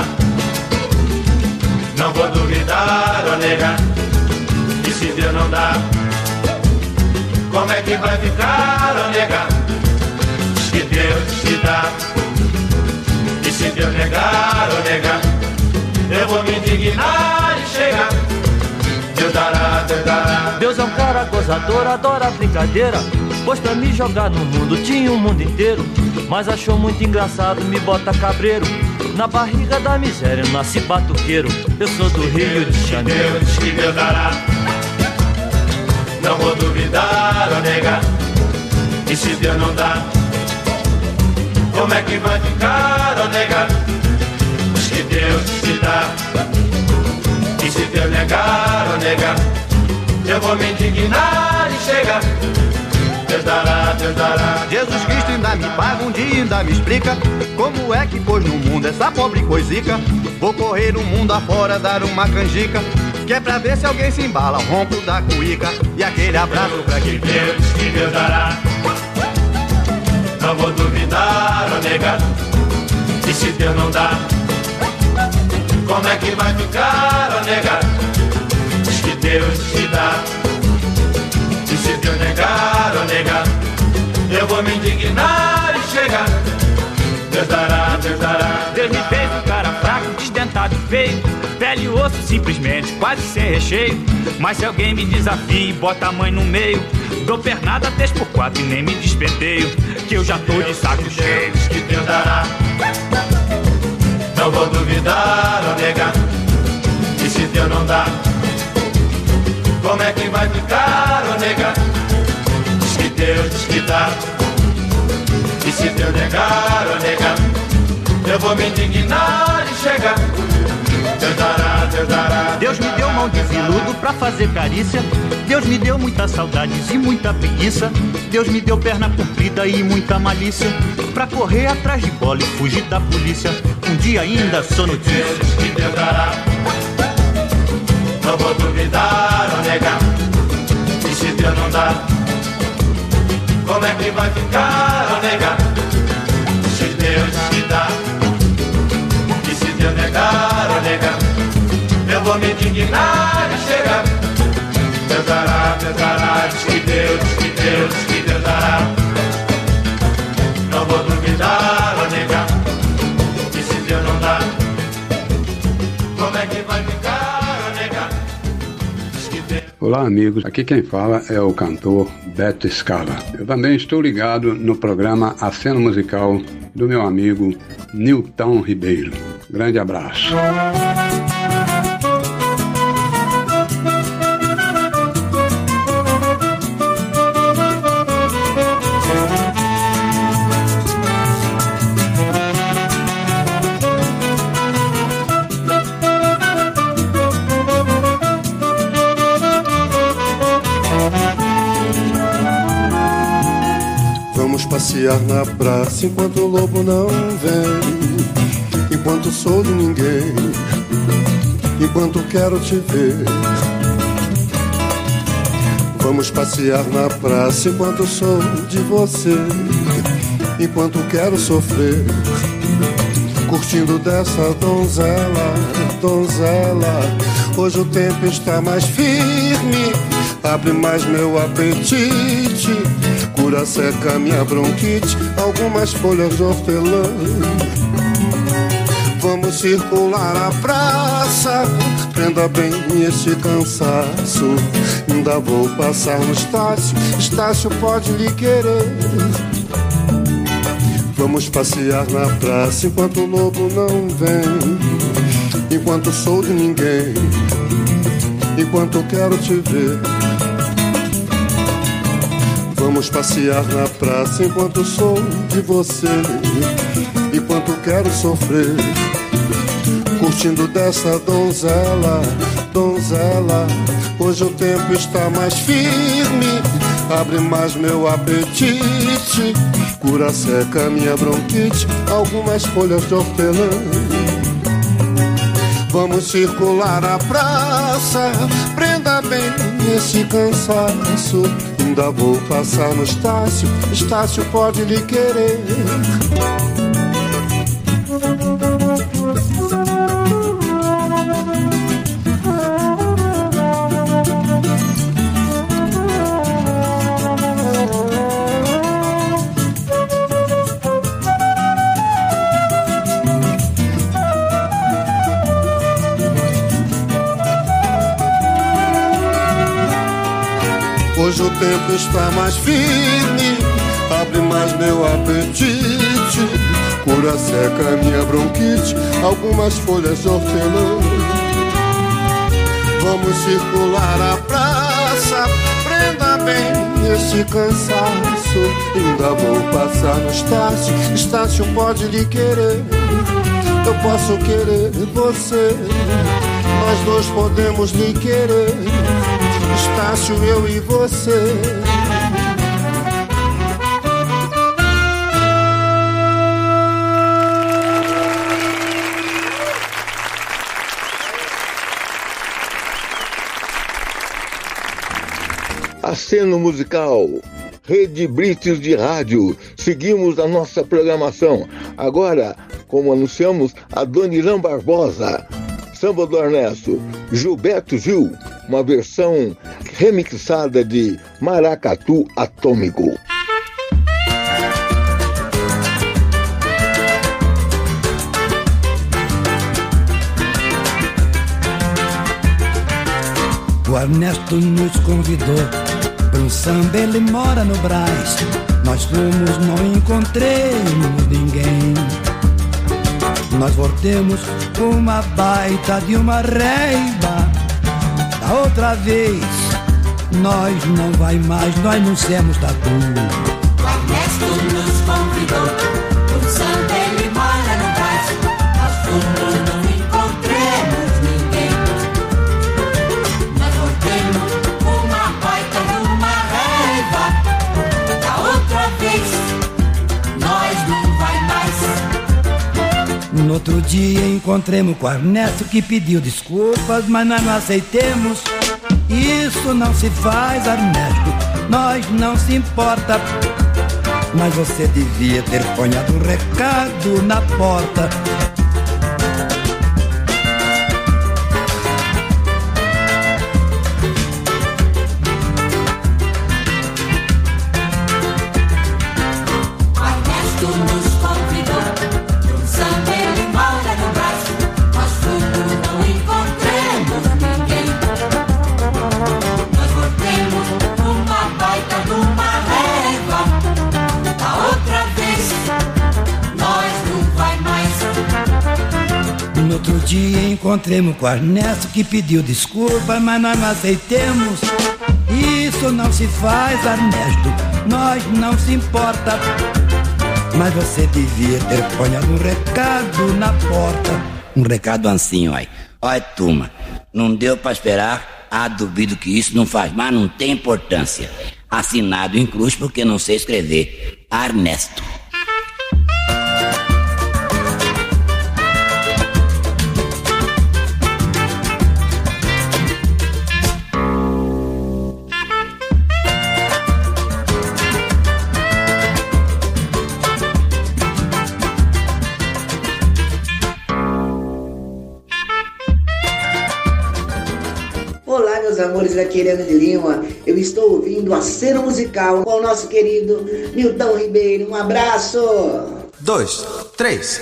Não vou duvidar ou negar. E se Deus não dá, como é que vai ficar ou negar? Diz que Deus dá. E se Deus negar ou negar, eu vou me indignar e chegar. Deus dará, Deus dará. Deus é um cara gozador, adora brincadeira. Pois pra me jogar no mundo tinha o mundo inteiro. Mas achou muito engraçado, me bota cabreiro. Na barriga da miséria eu nasci batuqueiro. Eu sou do Rio de Janeiro. Deus que Deus dará, não vou duvidar ou negar. E se Deus não dá, como é que vai ficar ou negar? Os que Deus te dá. E se Deus negar ou negar, eu vou me indignar e chegar. Deus dará, Deus dará. Jesus Cristo ainda me paga um dia, ainda me explica como é que pôs no mundo essa pobre coisica. Vou correr o mundo afora, dar uma canjica, que é pra ver se alguém se embala, rompo da cuíca. E aquele abraço pra quem Deus que Deus dará, não vou duvidar ou negar. E se Deus não dá, como é que vai ficar ou negar? Diz que Deus te dá. E se Deus negar ou negar, eu vou me indignar e chegar. Deus dará, Deus dará. Deus me fez um cara fraco, destentado e feio, pele e osso simplesmente, quase sem recheio. Mas se alguém me desafia e bota a mãe no meio, dou pernada 3x4 e nem me despenteio, que eu já tô de saco cheio. Deus que Deus dará, não vou duvidar ou negar. E se Deus não dá, como é que vai ficar ou negar? Diz que Deus diz que dá. E se Deus negar ou negar, eu vou me indignar e chegar. Deus dará, Deus dará. Deus me deu mão de veludo pra fazer carícia. Deus me deu muitas saudades e muita preguiça. Deus me deu perna comprida e muita malícia, pra correr atrás de bola e fugir da polícia. Um dia ainda sou notícia. Deus que Deus dará, não vou duvidar ou negar. E se Deus não dá, como é que vai ficar ou negar? Se Deus te dá. E se Deus negar ou negar, eu vou me indignar e chegar. Deus dará, Deus dará. Diz que Deus, diz que Deus, diz que Deus dará, não vou duvidar ou negar. E se Deus não dá, como é que vai ficar ou negar? Diz que Deus... Olá, amigos. Aqui quem fala é o cantor Beto Scala. Eu também estou ligado no programa A Cena Musical do meu amigo Nilton Ribeiro. Grande abraço. Passear na praça enquanto o lobo não vem, enquanto sou de ninguém, enquanto quero te ver. Vamos passear na praça enquanto sou de você, enquanto quero sofrer, curtindo dessa donzela, donzela. Hoje o tempo está mais firme, abre mais meu apetite, cura seca minha bronquite, algumas folhas de hortelã. Vamos circular a praça, prenda bem esse cansaço. Ainda vou passar no Estácio, Estácio pode lhe querer. Vamos passear na praça enquanto o lobo não vem, enquanto sou de ninguém, enquanto quero te ver. Vamos passear na praça enquanto sou de você, enquanto quero sofrer, curtindo dessa donzela, donzela. Hoje o tempo está mais firme, abre mais meu apetite, cura seca minha bronquite, algumas folhas de hortelã. Vamos circular a praça, prenda bem esse cansaço. Ainda vou passar no Estácio, Estácio pode lhe querer. Hoje o tempo está mais firme, abre mais meu apetite, cura seca minha bronquite, algumas folhas de hortelã. Vamos circular a praça, prenda bem esse cansaço. Ainda vou passar no Estácio, Estácio pode lhe querer, eu posso querer você, nós dois podemos lhe querer, Estácio, eu e você. Aceno Musical, Rede Brites de Rádio. Seguimos a nossa programação. Agora, como anunciamos, a Dona Irã Barbosa, Samba do Ernesto, Gilberto Gil, uma versão remixada de Maracatu Atômico. O Ernesto nos convidou para um samba, ele mora no Brás. Nós fomos, não encontremos ninguém. Nós voltemos com uma baita de uma reiva. Da outra vez, nós não vai mais, nós não somos tatu. O Ernesto nos convidou para um samba, ele mora no Brás. Nós fomos, não encontremos ninguém. Nós voltemos com uma baita de uma reiva. Da outra vez, nós não vai mais. No outro dia encontremos com o Ernesto, que pediu desculpas, mas nós não aceitemos. Isso não se faz, Ernesto, nós não se importa. Mas você devia ter ponhado um recado na porta. Encontremos com o Ernesto, que pediu desculpa, mas nós não aceitemos. Isso não se faz, Ernesto, nós não se importa. Mas você devia ter ponhado um recado na porta. Um recado assim, ó. Olha, turma, não deu pra esperar. Ah, duvido que isso não faz, mas não tem importância. Assinado em cruz porque não sei escrever. Ernesto. Amores da Querendo de Lima, eu estou ouvindo Aceno Musical com o nosso querido Nilton Ribeiro. Um abraço! 2, 3.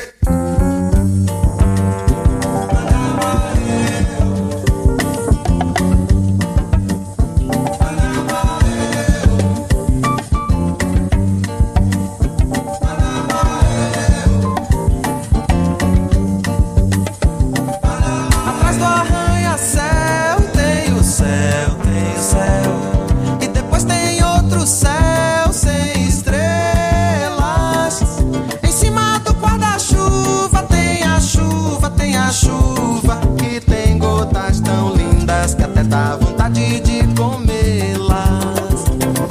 Dá vontade de comê-las.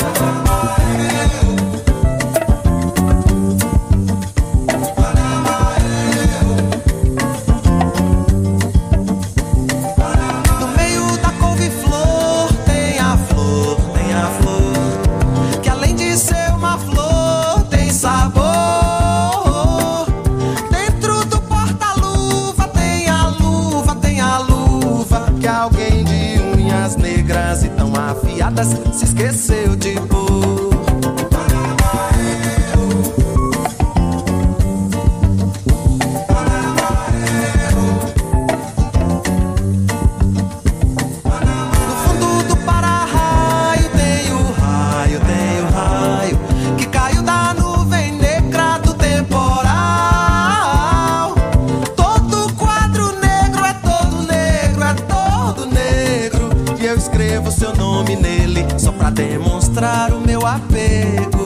No meio da couve-flor tem a flor, que além de ser uma flor tem sabor. Dentro do porta-luva tem a luva que alguém de unhas negras e tão afiadas se esqueceu de pôr. No fundo do para-raio tem o raio que caiu da nuvem negra do temporal. escrevo seu nome nele, só pra demonstrar o meu apego.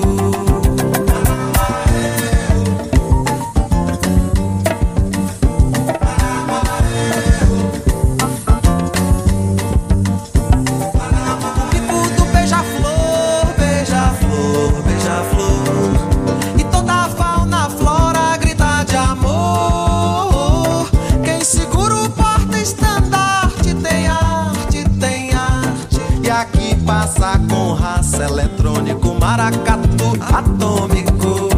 Passa com raça, eletrônico, maracatu, atômico.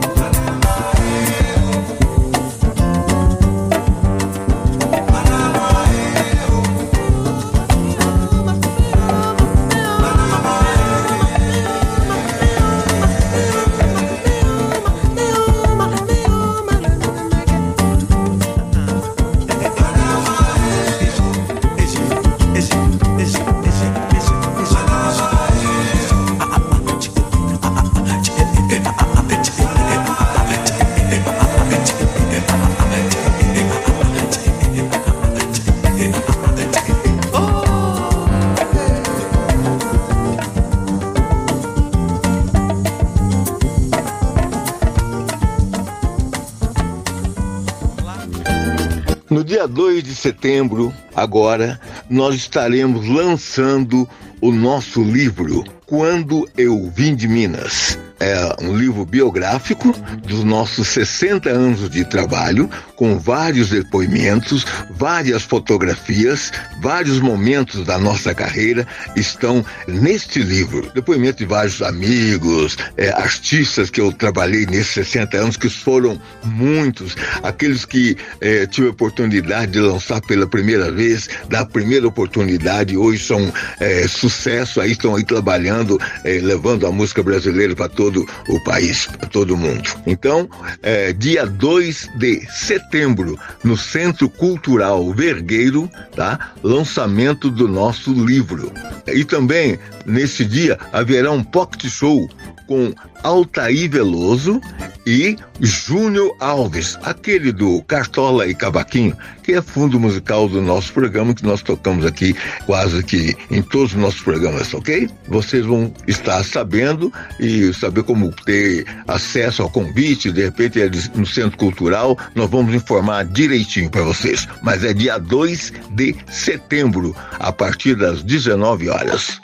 No dia 2 de setembro, agora, nós estaremos lançando o nosso livro Quando Eu Vim de Minas. É um livro biográfico dos nossos 60 anos de trabalho, com vários depoimentos, várias fotografias, vários momentos da nossa carreira estão neste livro. Depoimento de vários amigos, artistas que eu trabalhei nesses 60 anos, que foram muitos, aqueles que tive a oportunidade de lançar pela primeira vez, da primeira oportunidade, hoje são sucesso, aí estão aí trabalhando, levando a música brasileira para todo o país, para todo mundo. Então, dia 2 de setembro, no Centro Cultural Vergueiro, tá? Lançamento do nosso livro. E também, nesse dia, haverá um pocket show com Altair Veloso e Júnior Alves, aquele do Cartola e Cavaquinho, que é fundo musical do nosso programa, que nós tocamos aqui quase que em todos os nossos programas, ok? Vocês vão estar sabendo e saber como ter acesso ao convite, de repente no Centro Cultural, nós vamos informar direitinho para vocês. Mas é dia 2 de setembro, a partir das 19 horas.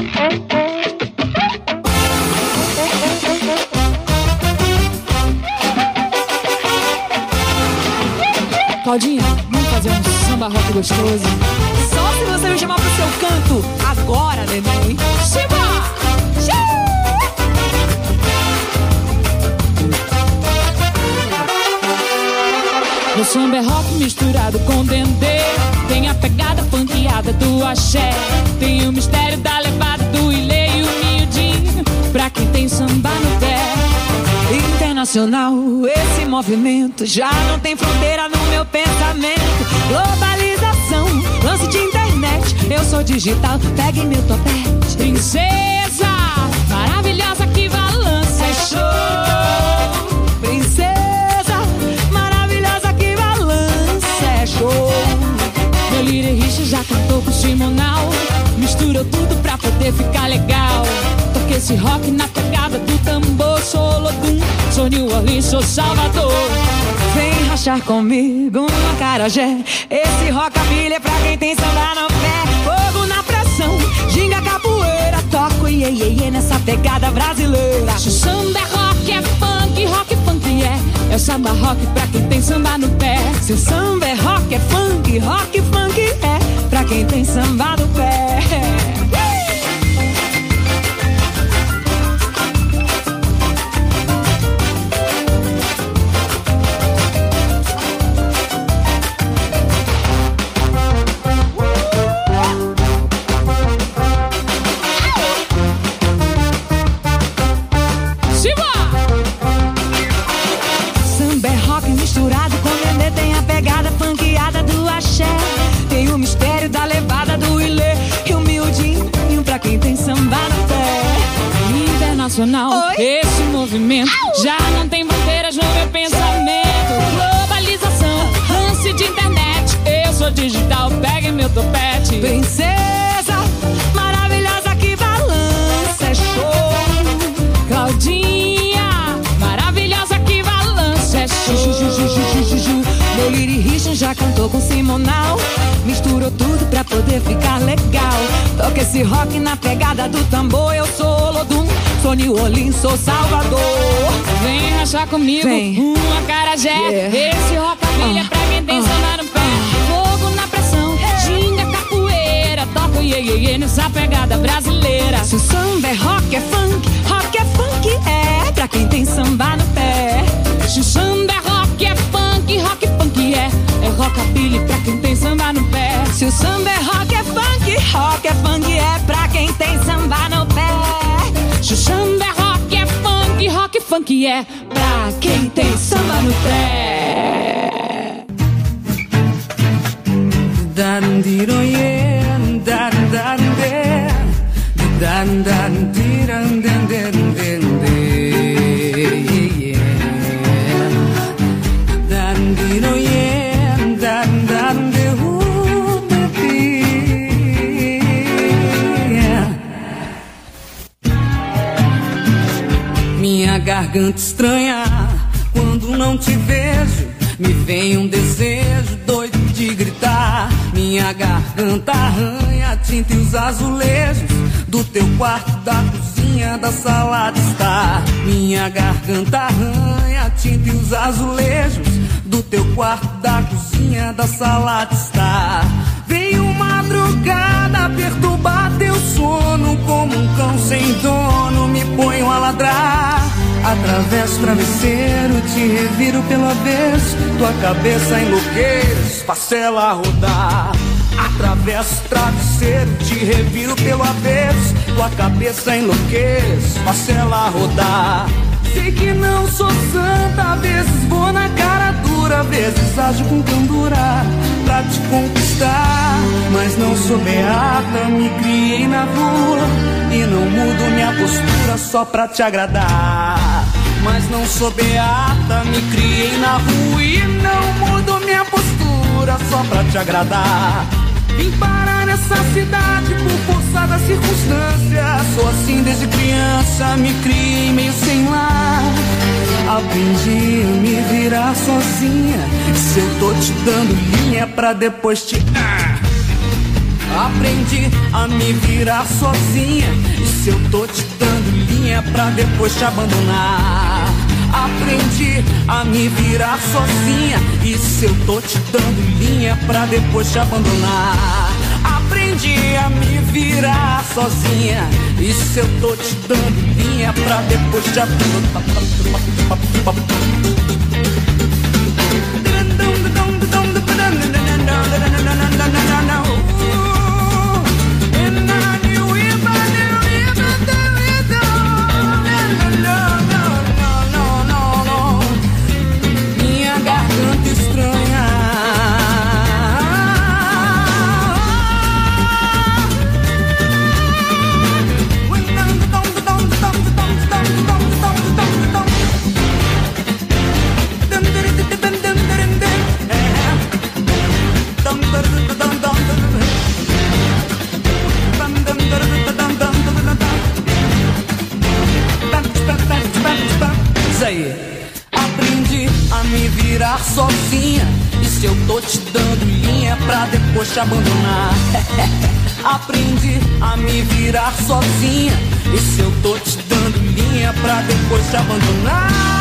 Claudinha, vamos fazer um samba rock gostoso? Só se você me chamar pro seu canto agora, neném. Chiba! O samba é rock misturado com dendê. Tem a pegada funkeada do axé. Tem o mistério da levada do ilê e o miudinho pra quem tem samba no pé. Internacional, esse movimento já não tem fronteira no meu pensamento. Globalização, lance de internet, eu sou digital, pegue meu topete. Princesa, maravilhosa, que balança, é show. Princesa, maravilhosa, que balança, é show. Meu Lira Rich já cantou com Simonal, misturou tudo pra poder ficar legal. Toquei esse rock na pegada do tambor, sou Lodum, sou New Orleans, sou Salvador. Vem rachar comigo no acarajé, esse rockabilly é pra quem tem samba no pé. Fogo na pressão, ginga, capoeira, toco iê, iê, iê, nessa pegada brasileira. Se samba é rock, é funk, rock, funk é o samba rock pra quem tem samba no pé. Se samba é rock, é funk, rock, funk é pra quem tem samba no pé. Esse movimento já não tem fronteiras no meu pensamento. Globalização, lance de internet, eu sou digital, pegue meu topete. Princesa, Liri Richard já cantou com Simonal. Misturou tudo pra poder ficar legal. Toca esse rock na pegada do tambor. Eu sou Olodum, sou New Orleans, sou Salvador. Vem rachar comigo, um acarajé. Esse rockabilly é pra quem tem samba no pé. Fogo na pressão, ginga, capoeira. Toca o iê nessa pegada brasileira. Se o samba é rock, é funk é pra quem tem samba no pé. Se o samba é rock, é funk é rockabilly pra quem tem samba no pé. Se o samba é rock, é funk é pra quem tem samba no pé. Se o samba é rock, é funk é pra quem tem samba no pé. Minha garganta estranha, quando não te vejo, me vem um desejo doido de gritar. Minha garganta arranha a tinta e os azulejos do teu quarto, da cozinha, da sala de estar. Minha garganta arranha a tinta e os azulejos do teu quarto, da cozinha, da sala de estar. Veio madrugada perturbar teu sono, como um cão sem dono me ponho a ladrar. Atravesso o travesseiro, te reviro pelo avesso, tua cabeça enlouquece, faço ela rodar. Atravesso o travesseiro, te reviro pelo avesso, tua cabeça enlouquece, faço ela rodar. Sei que não sou santa, às vezes vou na cara dura, às vezes ajo com candura pra te conquistar. Mas não sou beata, me criei na rua e não mudo minha postura só pra te agradar. Mas não sou beata, me criei na rua e não mudo minha postura só pra te agradar. Vim parar nessa cidade por força da circunstância. Sou assim desde criança, me criei meio sem lar. Aprendi a me virar sozinha. Se eu tô te dando linha pra depois te... Aprendi a me virar sozinha. E se eu tô te dando linha pra depois te abandonar. Aprendi a me virar sozinha. E se eu tô te dando linha pra depois te abandonar. Aprendi a me virar sozinha. E se eu tô te dando linha pra depois te abandonar. Minha garganta estranha. Aí. Aprendi a me virar sozinha. E se eu tô te dando linha pra depois te abandonar. Aprendi a me virar sozinha. E se eu tô te dando linha pra depois te abandonar.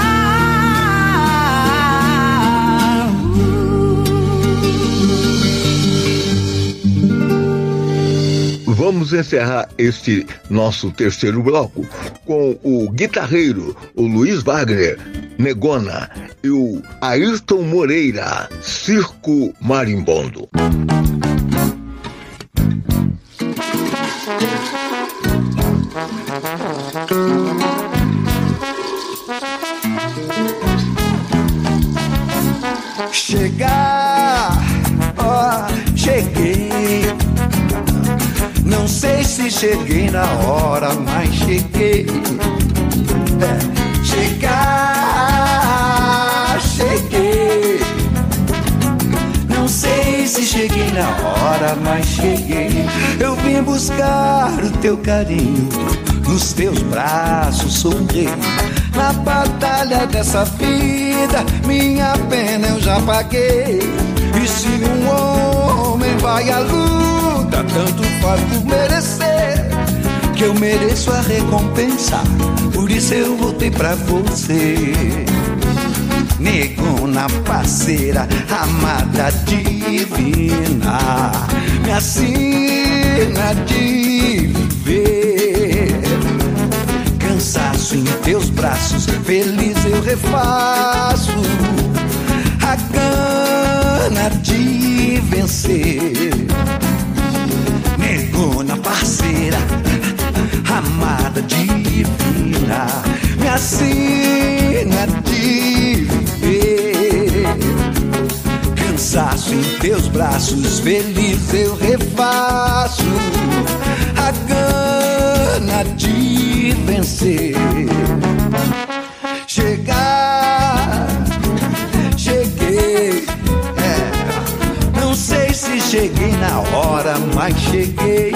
Vamos encerrar este nosso terceiro bloco com o guitarreiro, o Luiz Wagner, Negona, e o Ayrton Moreira, Circo Marimbondo. Chegar, cheguei. Não sei se cheguei na hora, mas cheguei. Cheguei. Não sei se cheguei na hora, mas cheguei. Eu vim buscar o teu carinho, nos teus braços sorri. Na batalha dessa vida, minha pena eu já paguei. E se um homem vai à luta, tanto faz por merecer, que eu mereço a recompensa, por isso eu voltei pra você. Negona, parceira, amada divina, me assina de viver. Cansaço em teus braços, feliz eu refaço a gana de vencer. Negona, parceira, amada divina, me assina de viver. Cansaço em teus braços, feliz eu refaço a gana de vencer. Cheguei, não sei se cheguei na hora, mas cheguei.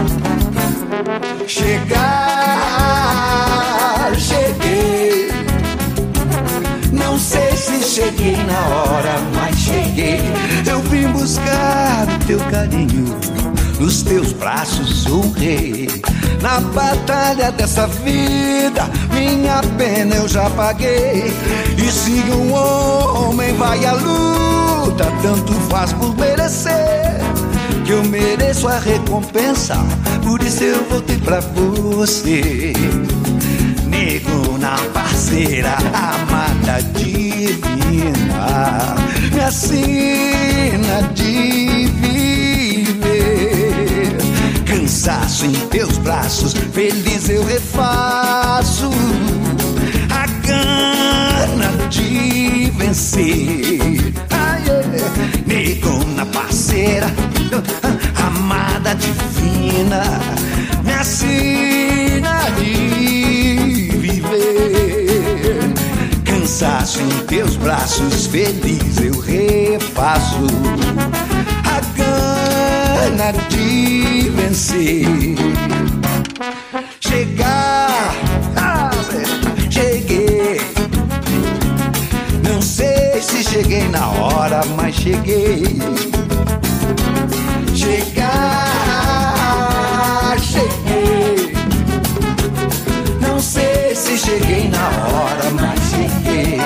Cheguei. Não sei se cheguei na hora, mas cheguei. Eu vim buscar o teu carinho, nos teus braços sou um rei. Na batalha dessa vida, minha pena eu já paguei. E se um homem vai à luta, tanto faz por merecer, que eu mereço a recompensa, por isso eu voltei pra você. Negona, parceira, amada divina, me assina de viver. Cansaço em teus braços, feliz eu refaço a gana de vencer. Negona, parceira, amada divina, me assina de viver. Cansaço em teus braços, feliz eu refaço a gana de vencer. Cheguei. Não sei se cheguei na hora, mas cheguei. Cheguei. Não sei se cheguei na hora, mas cheguei.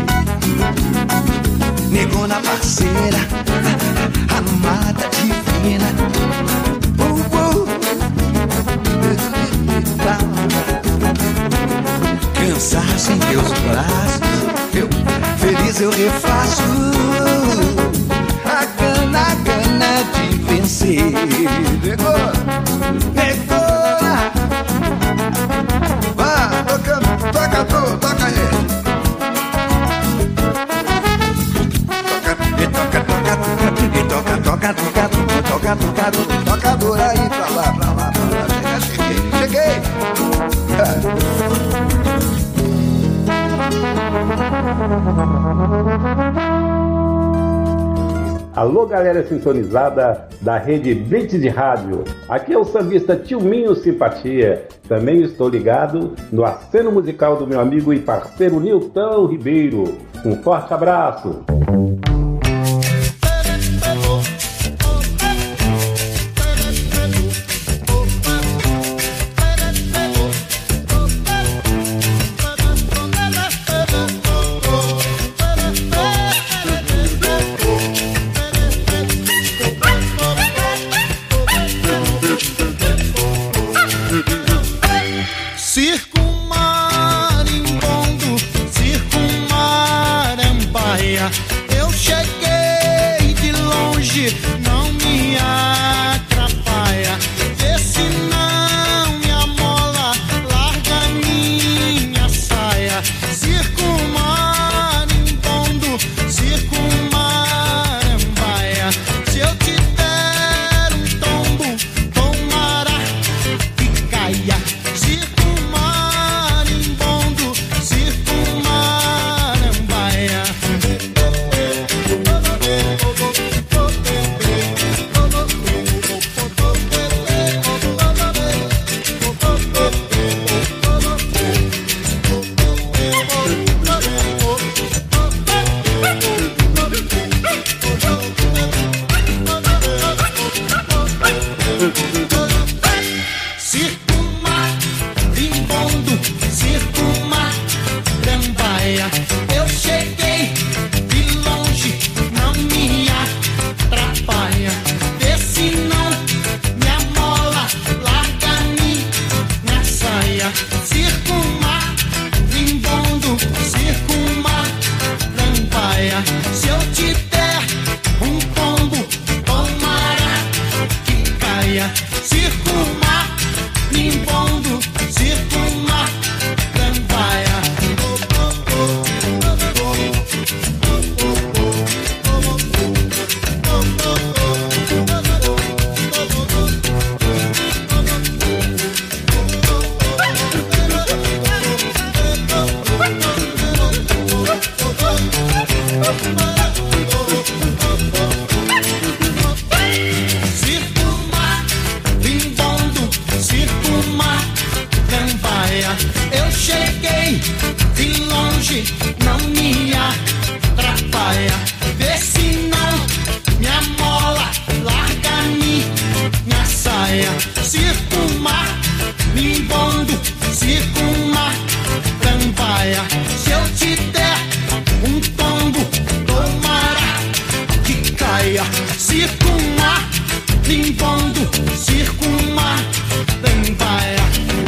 Negona, parceira, amada divina. Cansaço em teus braços, feliz eu refaço a gana de vencer. Negona, vá, toca aí. Tocadora aí, pra lá. Cheguei. Alô, galera sintonizada da rede Blitz de Rádio. Aqui é o sambista Tilminho Simpatia. Também estou ligado no aceno musical do meu amigo e parceiro Nilton Ribeiro. Um forte abraço. circumar, me impondo, circumar, cambaia. Circumar, bimbondo, circumar, cambaia. Eu cheguei, de longe, não me atrapalha. Vê se não me amola, larga minha saia. Circumar, bimbondo, circumar, cambaia. Se eu te der um tombo, tomara que caia. Circumar, limbondo, circumar, cambaia.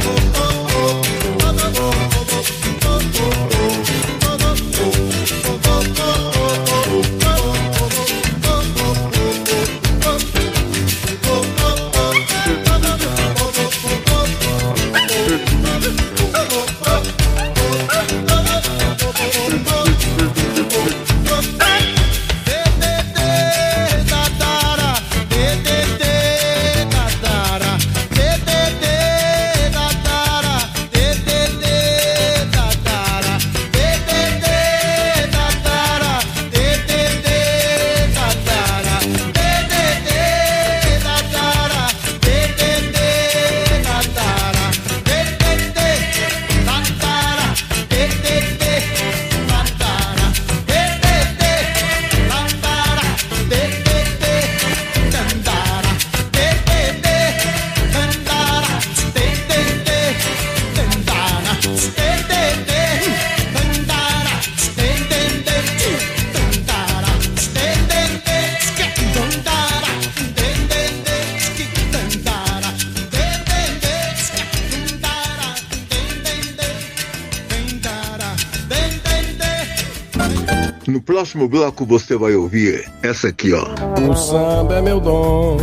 No próximo bloco você vai ouvir essa aqui, ó. O samba é meu dom.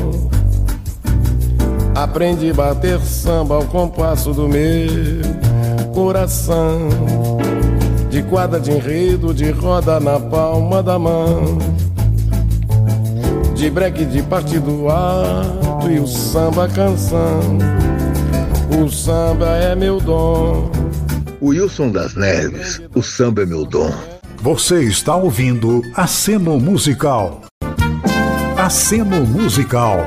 Aprendi a bater samba ao compasso do meu coração. De quadra de enredo, de roda na palma da mão. De breque de partido alto e o samba canção. O samba é meu dom. Wilson das Neves, o samba é meu dom. Você está ouvindo Aceno Musical. Aceno Musical.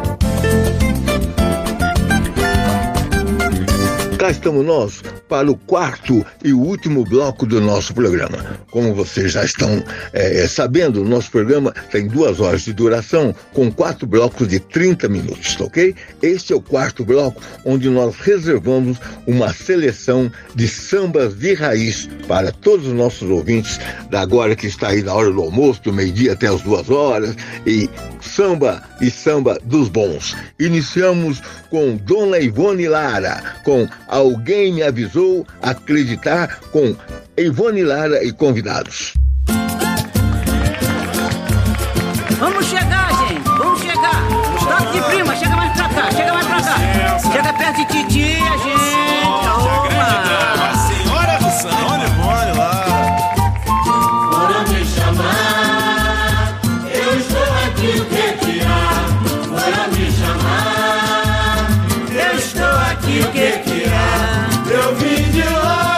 Cá estamos nós para o quarto e último bloco do nosso programa. Como vocês já estão sabendo, o nosso programa tem 2 horas de duração, com 4 blocos de 30 minutos, ok? Este é o quarto bloco, onde nós reservamos uma seleção de sambas de raiz para todos os nossos ouvintes, da agora que está aí na hora do almoço, do meio-dia até as 2 horas, e samba dos bons. Iniciamos com Dona Ivone Lara, com Alguém Me Avisou, Acreditar, com Ivone Lara e convidados. Vamos chegar, gente, vamos chegar. Estado de prima, chega mais pra cá, chega mais pra cá. Chega perto de titia, gente. Opa! A senhora do samba, olha Ivone lá. Foram me chamar, eu estou aqui, o que há? Foram me chamar, eu estou aqui, o que há? Eu vim de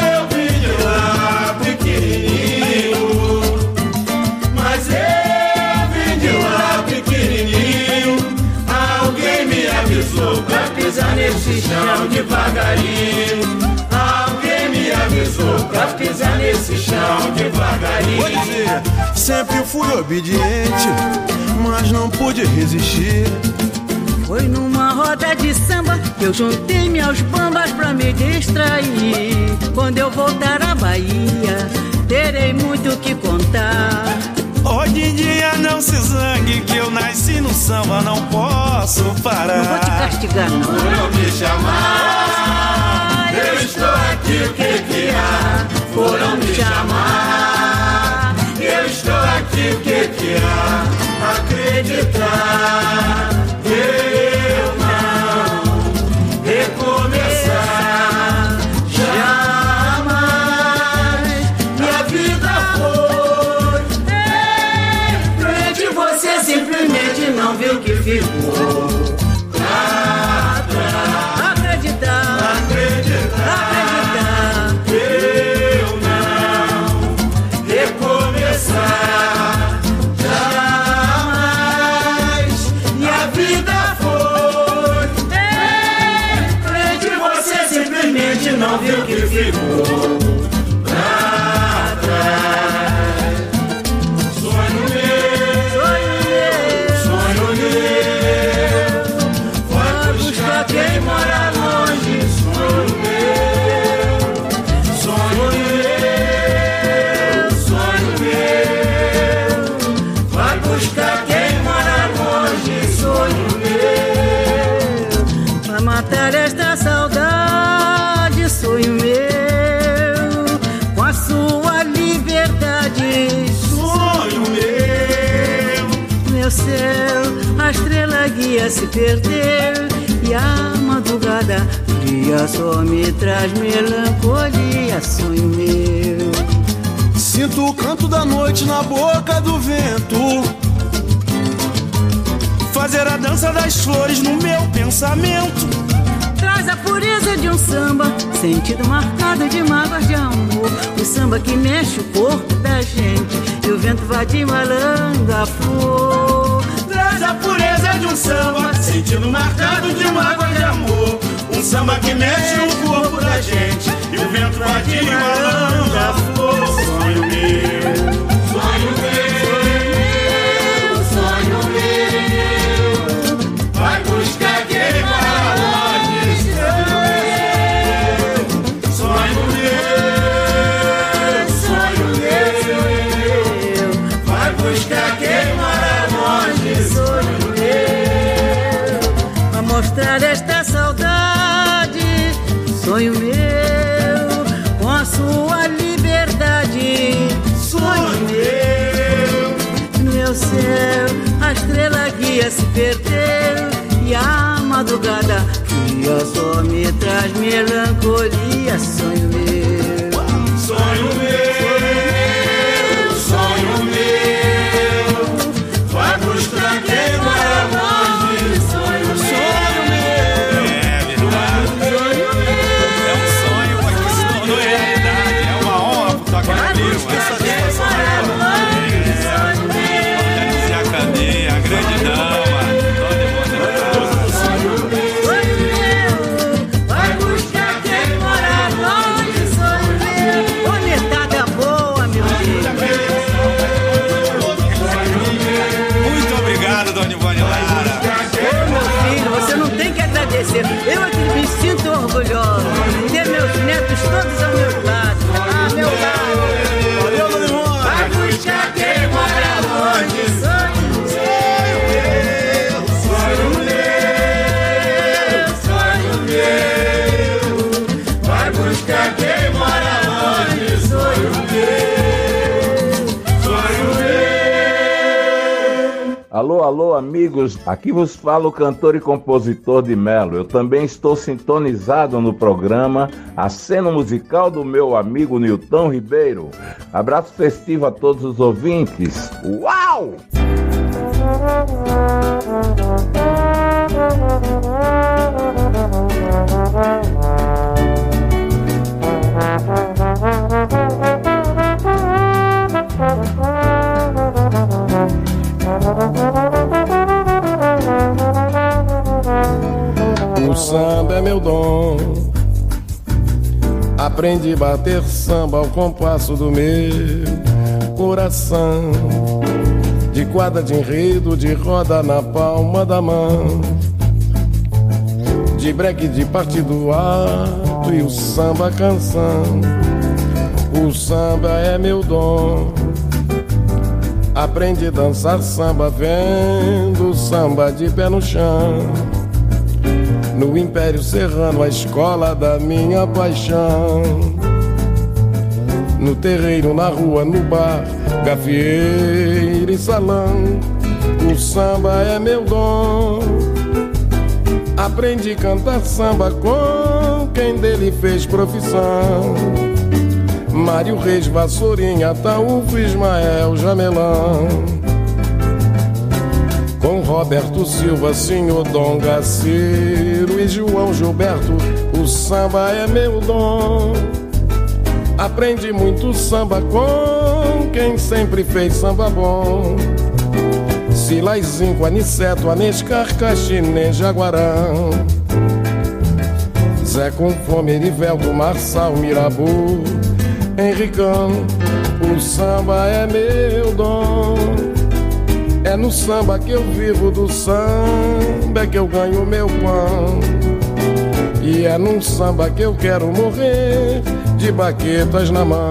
lá, pequenininho. Mas eu vim de lá, pequenininho. Alguém me avisou pra pisar nesse chão devagarinho. Alguém me avisou pra pisar nesse chão devagarinho. Vou dizer, sempre fui obediente, mas não pude resistir. Foi numa roda de samba que eu juntei-me aos bambas pra me distrair. Quando eu voltar à Bahia, terei muito o que contar. Hoje em dia não se zangue que eu nasci no samba, não posso parar. Não vou te castigar, não. Foram me chamar, eu estou aqui, o que há? Foram me chamar, eu estou aqui, o que há? Acreditar, eu não não viu que ficou pra trás. Sonho meu, sonho meu, vai buscar quem mora longe. Sonho meu, sonho meu, vai buscar quem mora longe. Sonho meu, pra matar esta saudade. Sonho meu, com a sua liberdade. Sonho meu céu, a estrela guia se perdeu e a madrugada fria só me traz melancolia. Sonho meu, sinto o canto da noite na boca do vento, fazer a dança das flores no meu pensamento. Traz a pureza de um samba, sentido marcado de mágoas de amor. O samba que mexe o corpo da gente e o vento vai de malando a flor. Traz a pureza de um samba, sentido marcado de mágoas de amor. Um samba que mexe o corpo da gente e o vento vai de malando a flor. Sonho meu, sonho meu, sonho meu, vai buscar quem mora longe. Sonho meu, sonho meu, vai buscar quem mora longe. Sonho meu, pra mostrar esta saudade. Sonho meu, com a sua liberdade. Sonho meu, no meu céu, a estrela guia se perdeu e a madrugada fria só me traz melancolia. Sonho meu, sonho meu, sonho meu, vai buscar quem mora longe. Sonho meu, é verdade. É um sonho que se tornou realidade. É uma honra tocar no Rio. Organizar a cadeia, a grande dama. vai buscar quem mora longe. Sonho meu, bonetada boa, meu Deus. Muito obrigado, dona Ivone Lara. Ô, meu filho, você não tem que agradecer. Eu aqui me sinto orgulhosa de ter meus netos todos ao meu lado. Ah, meu lado. Valeu, dona Ivone. Vai buscar quem mora longe. Sonho meu, vai buscar quem mora longe. Sonho meu, sonho meu. Alô, alô, amigos, aqui vos fala o cantor e compositor de Melo. Eu também estou sintonizado no programa A Cena Musical do meu amigo Nilton Ribeiro. Abraço festivo a todos os ouvintes. Uau! O samba é meu dom, aprendi a bater samba ao compasso do meu coração. De quadra de enredo, de roda na palma da mão, de breque de partido alto e o samba canção. O samba é meu dom, aprendi a dançar samba vendo samba de pé no chão. No Império Serrano, a escola da minha paixão. No terreiro, na rua, no bar, gafieira e salão. O samba é meu dom, aprendi a cantar samba com quem dele fez profissão. Mário Reis, Vassourinha, Ataúfo, Ismael, Jamelão. Com Roberto Silva, Senhor Dom Gaceiro e João Gilberto, o samba é meu dom. Aprendi muito samba com quem sempre fez samba bom. Silaizinho, Aniceto, Anescar, Caxinê, Jaguarão. Zé com fome, Erivelto, Marçal, Mirabu, Henricão, o samba é meu dom. É no samba que eu vivo, do samba é que eu ganho meu pão. E é num samba que eu quero morrer, de baquetas na mão.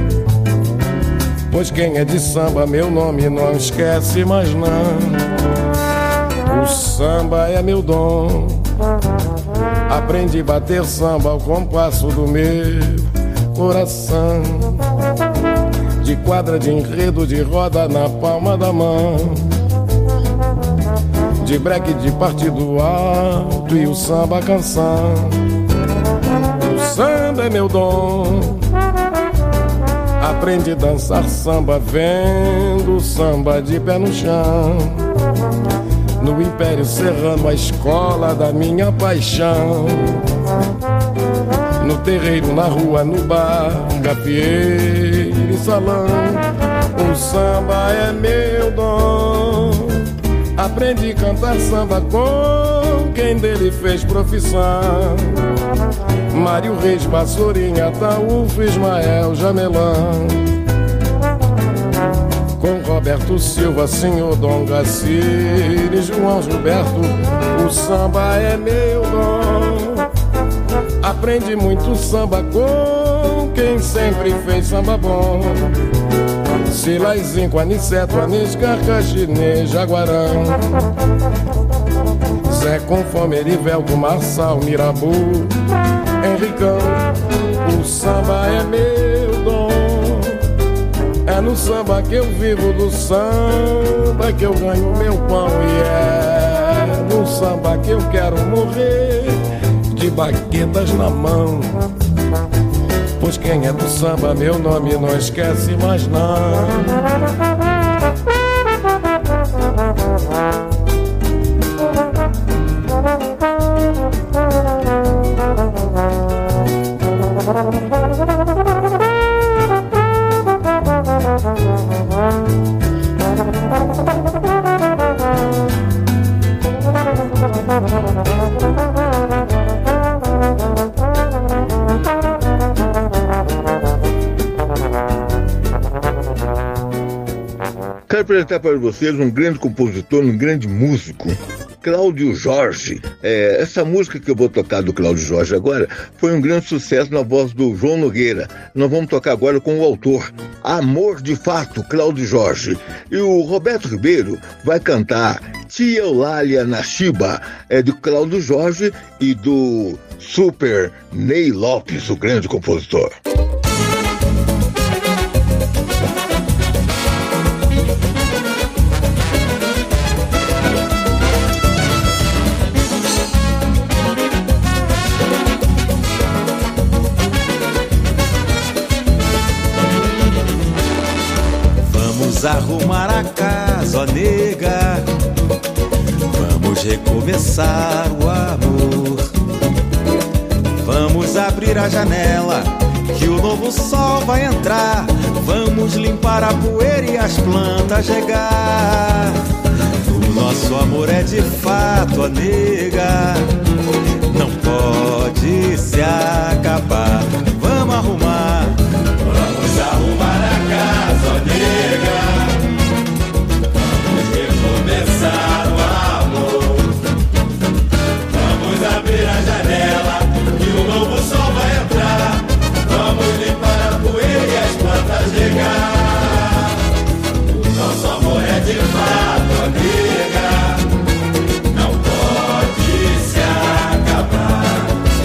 Pois quem é de samba, meu nome não esquece mais não. O samba é meu dom. Aprendi a bater samba ao compasso do meu coração. De quadra, de enredo, de roda na palma da mão. De break, de partido alto e o samba canção. O samba é meu dom. Aprendi a dançar samba vendo o samba de pé no chão. No Império Serrano, a escola da minha paixão. No terreiro, na rua, no bar, gafieira e salão. O samba é meu dom. Aprendi a cantar samba com quem dele fez profissão. Mário Reis, Vassourinha, Ataúfo, Ismael, Jamelão. Com Roberto Silva, Senhor Dom Gacir, João Gilberto, o samba é meu dom. Aprendi muito samba com quem sempre fez samba bom. Silaizinho, Aniceto, Anis, Carcaxinê, Jaguarão. Zé com fome, Erivelto, Marçal, Mirabu, Henricão, o samba é meu dom. É no samba que eu vivo, do samba que eu ganho meu pão. E é no samba que eu quero morrer, de baquetas na mão. Pois quem é do samba, meu nome não esquece mais não. Quero apresentar para vocês um grande compositor, um grande músico, Cláudio Jorge. Essa música que eu vou tocar do Cláudio Jorge agora foi um grande sucesso na voz do João Nogueira. Nós vamos tocar agora com o autor, Amor de Fato, Cláudio Jorge. E o Roberto Ribeiro vai cantar Tia Eulália na Chiba, de Cláudio Jorge e do super Ney Lopes, o grande compositor. Arrumar a casa, ó nega, vamos recomeçar o amor. Vamos abrir a janela, que o novo sol vai entrar. Vamos limpar a poeira e as plantas regar. O nosso amor é de fato, ó nega, não pode se acabar. Vamos arrumar. Vamos arrumar a casa, ó nega, começar o amor. Vamos abrir a janela, que o novo sol vai entrar. Vamos limpar a poeira e as plantas regar. O nosso amor é de fato, amiga, não pode se acabar.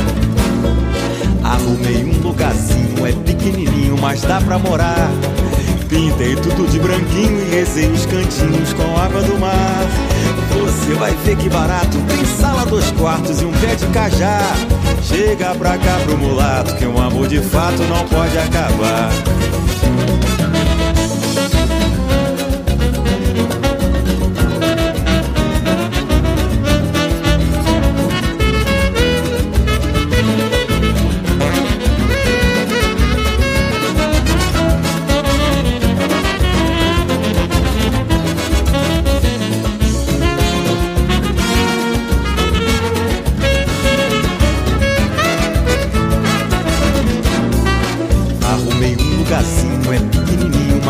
Arrumei um lugarzinho, é pequenininho, mas dá pra morar. Pintei tudo de branquinho e rezei os cantinhos com água do mar. Você vai ver que barato, tem sala 2 quartos e um pé de cajá. Chega pra cá pro mulato, que um amor de fato não pode acabar.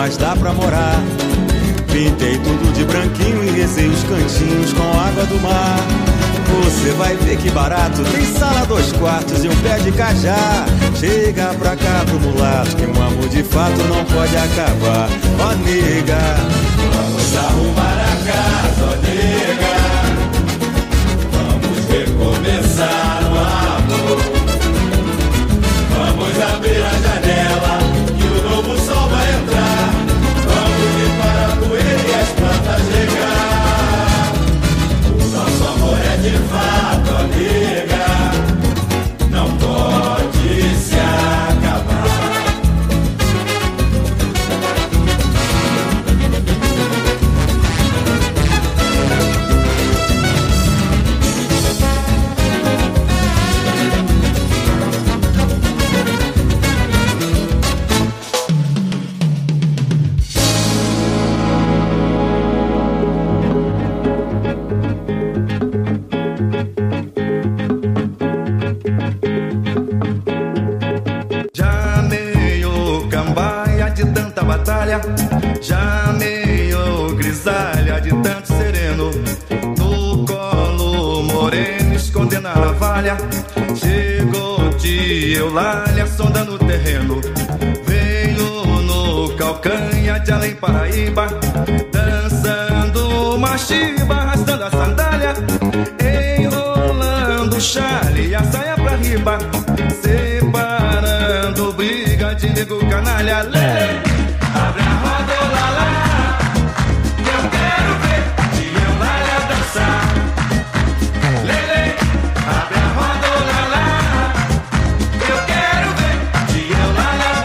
mas dá pra morar. Pintei tudo de branquinho e rezei os cantinhos com água do mar. Você vai ver que barato, tem sala 2 quartos e um pé de cajá. Chega pra cá pro mulato, que um amor de fato não pode acabar. Ó nega, vamos arrumar a casa, ó nega. Vamos recomeçar o amor. Vamos abrir a janela, que o novo sol vai entrar. Vamos limpar a poeira e as plantas regar. O nosso amor é de fato, ó nega. Não pode se acabar. Já meio grisalha de tanto sereno, no colo moreno escondendo a navalha. Chegou de Eulália sondando o terreno, veio no calcanha de Além Paraíba, dançando uma chiba, arrastando a sandália, enrolando o chale e a saia pra riba, separando briga de nego canalha. Lê! Abre a roda, oh, lá, lá, que eu quero ver de Eulália dançar. Lele, abre a roda, oh, lá, lá, que eu quero ver de Eulália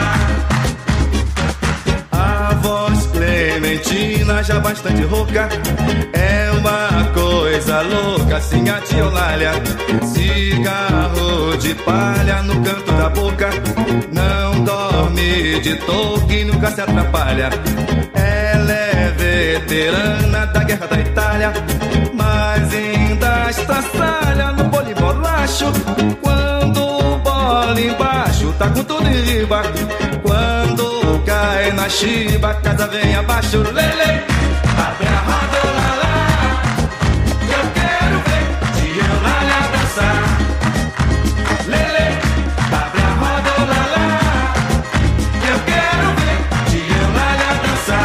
dançar. A voz clementina já bastante rouca, é uma coisa louca, assim a tia Eulália. Cigarro de palha no canto da boca, não dorme de touca e nunca se atrapalha. Ela é veterana da guerra da Itália, mas ainda estraçalha no bolo e bolacho. Quando o bolo embaixo tá com tudo em riba, quando cai na chiba a casa vem abaixo. Lele, abre a roda, lá, lá, que eu quero ver de Eulália dançar. Lele, abre a roda, lá, lá, que eu quero ver de Eulália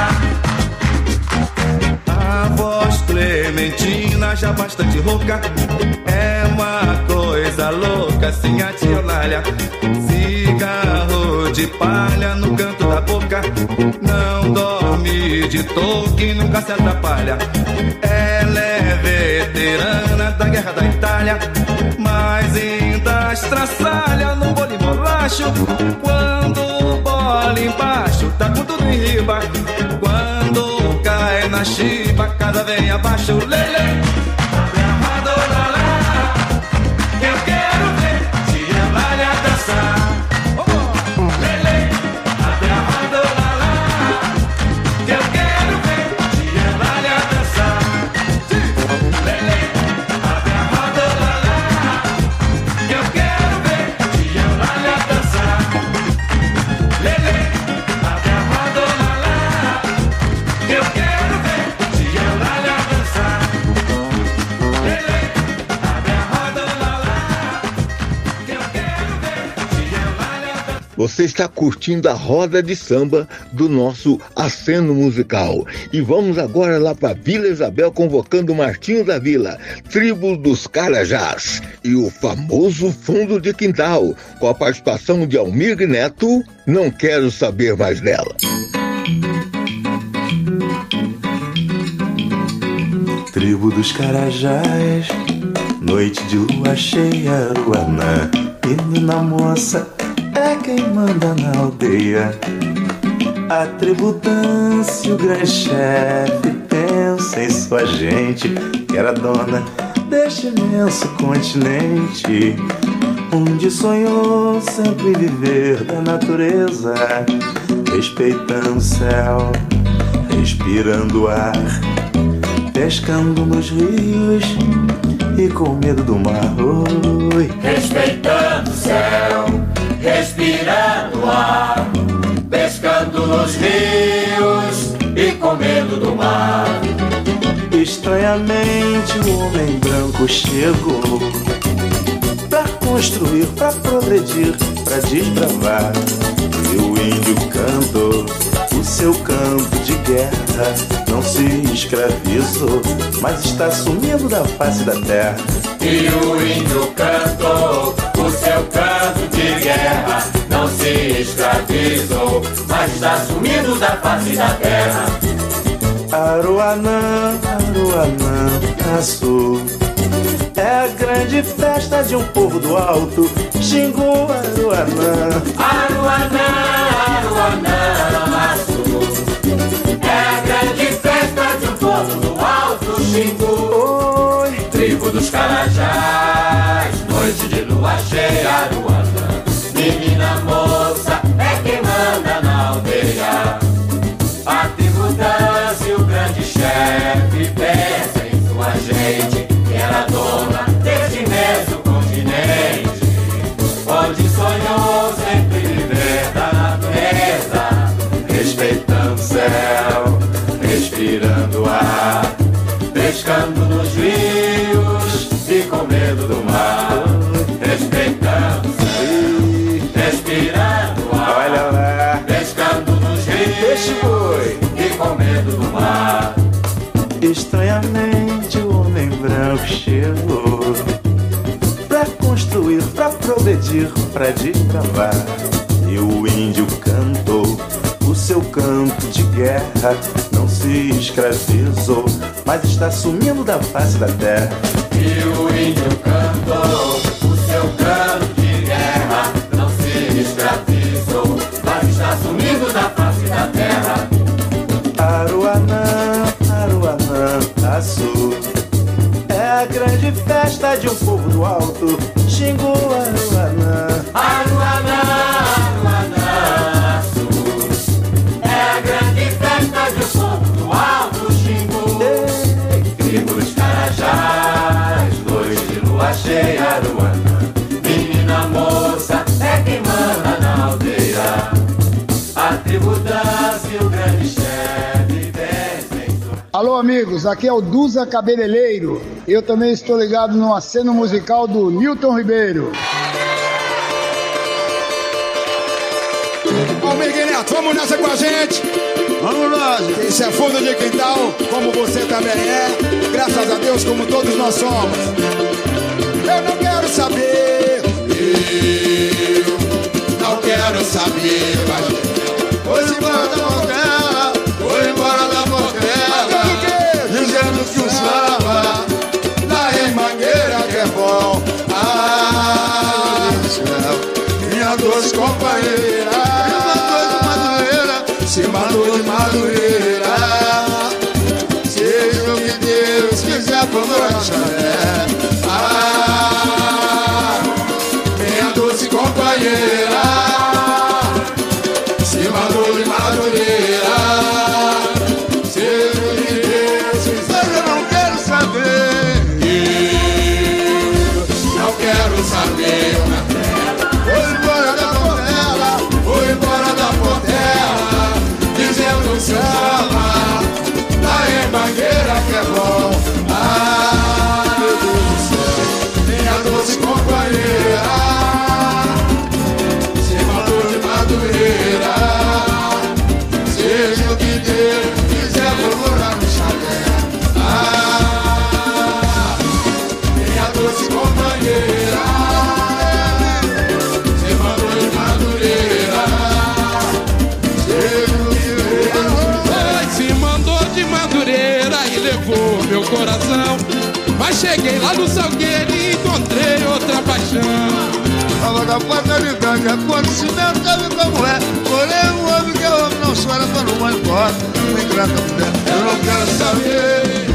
dançar. A voz clementina já bastante rouca, é uma coisa louca, assim a tia Eulália. Cigarro de palha no canto da boca, não dorme de touca e nunca se atrapalha. Ela é veterana da guerra da Itália, mas ainda estraçalha no bolo e bolacho. Quando o bolo embaixo tá com tudo em riba, quando cai na chiba a casa vem abaixo. Lele, abre a roda, oh, lá, lá, eu quero ver de Eulália dançar. Lele, abre a roda, oh, lá, lá, eu quero ver de Eulália dançar. Lele, abre a roda, oh, lá, lá, eu quero ver de Eulália dançar. Lele, abre a roda, oh, lá, lá, eu quero ver de Eulália dançar. Lele, abre a roda, oh, lá, lá, eu quero ver de Eulália dançar. Você está curtindo a roda de samba do nosso aceno musical. E vamos agora lá para Vila Isabel, convocando Martinho da Vila, Tribo dos Carajás e o famoso Fundo de Quintal, com a participação de Almir Neto. Não quero saber mais dela. Tribo dos Carajás, noite de lua cheia, Luana, menina moça, é quem manda na aldeia. A tribo dança e o grande chefe pensa em sua gente, que era dona deste imenso continente, onde sonhou sempre viver da natureza, respeitando o céu, respirando o ar, pescando nos rios e com medo do mar. Oi. Respeitando o céu, respirando o ar, pescando nos rios e com medo do mar. Estranhamente o homem branco chegou pra construir, pra progredir, pra desbravar. E o índio cantou o seu canto de guerra. Não se escravizou, mas está sumindo da face da terra. E o índio cantou o seu canto de guerra. Não se escravizou, mas está sumindo da face da terra. Aruanã, Aruanã, Açu, é a grande festa de um povo do alto. Xingu, Aruanã, Aruanã, Aruanã, Açu, é a grande festa de um povo do alto. Xingu, oi, tribo dos Carajás, noite de lua cheia. Aruanã, menina moça, é quem manda na aldeia. A tribo dança e o grande chefe pensa em sua gente, que era dona deste mesmo continente, onde sonhou sempre viver da natureza, respeitando o céu, respirando o ar, pescando nos rios e com medo do mar, respeitando o céu, respirando o ar. Olha lá, pescando nos rios e com medo do mar. Estranhamente o homem branco chegou pra construir, pra progredir, pra desbravar. E o índio cantou o seu canto de guerra. Não se escravizou, mas está sumindo da face da terra. E o índio cantou o seu canto de guerra. Não se escravizou, mas está sumindo da face da terra. Aruanã, Aruanã, Açu, é a grande festa de um povo do alto. Xingu, Aruanã, Aruanã, Aruanã, Açu, é a grande festa de um povo do alto. Xingu, tribo dos Carajás, noite de lua cheia. Aruanã, menina moça, é quem manda na aldeia. A tribo dança e o grande chefe desce. Alô amigos, aqui é o Duza Cabeleireiro. Eu também estou ligado no aceno musical do Nilton Ribeiro. Ô Miguel Neto, vamos nessa com a gente. Vamos nós. Isso é fundo de quintal, como você também é. Graças a Deus, como todos nós somos. Eu não quero saber. Eu não quero saber. Foi embora da Portela, foi embora da Portela, dizendo que o samba lá em Mangueira que é bom. Ah, minha doce companheira, se matou de Madureira. Seja o que Deus quiser pro meu chalé. Ah, minha doce companheira, se matou de Madureira. Seja o que Deus quiser, eu não quero saber. Eu não quero saber. Foi embora da Portela, foi embora da Portela, dizendo samba lá em Mangueira que é bom. Ah, meu Deus do céu, minha doce companheira, se matou de Madureira. Seja o que Deus quiser, vou morar no chalé. Ah, minha doce companheira, se matou de Madureira. Seja o que Deus se mandou de Madureira e levou meu coração. Mas cheguei lá no Salgueiro e encontrei outra paixão. A vagabunda me ganha, acontecimento sabe como é. Porém o homem que eu amo não chora quando vai embora. Uma ingrata mulher, eu não quero saber.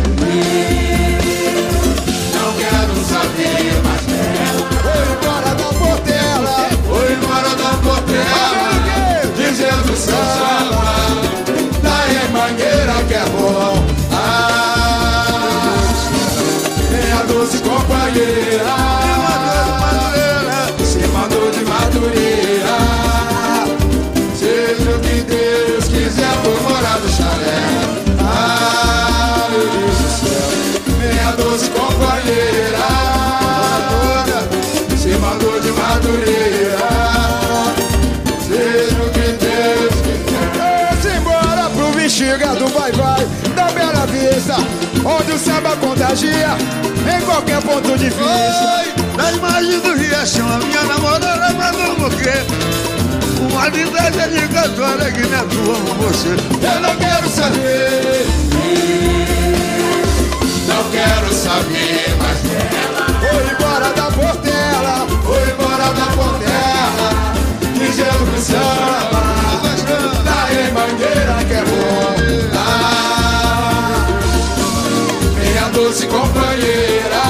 Não quero saber mais dela. Foi embora da Portela, foi embora da Portela, dizendo seu samba lá em Mangueira que é bom. Ah, minha doce companheira, se mandou de Madureira. Seja o que Deus quiser. magia em qualquer ponto de vista. Das margens do riachão, a minha namorada mandou um buquê. Uma deseja de cantora que me atua com você. Eu não quero saber, não quero saber mais dela. Foi embora da Portela, foi embora da Portela, dizendo que samba da Mangueira que é bom. Minha doce companheira,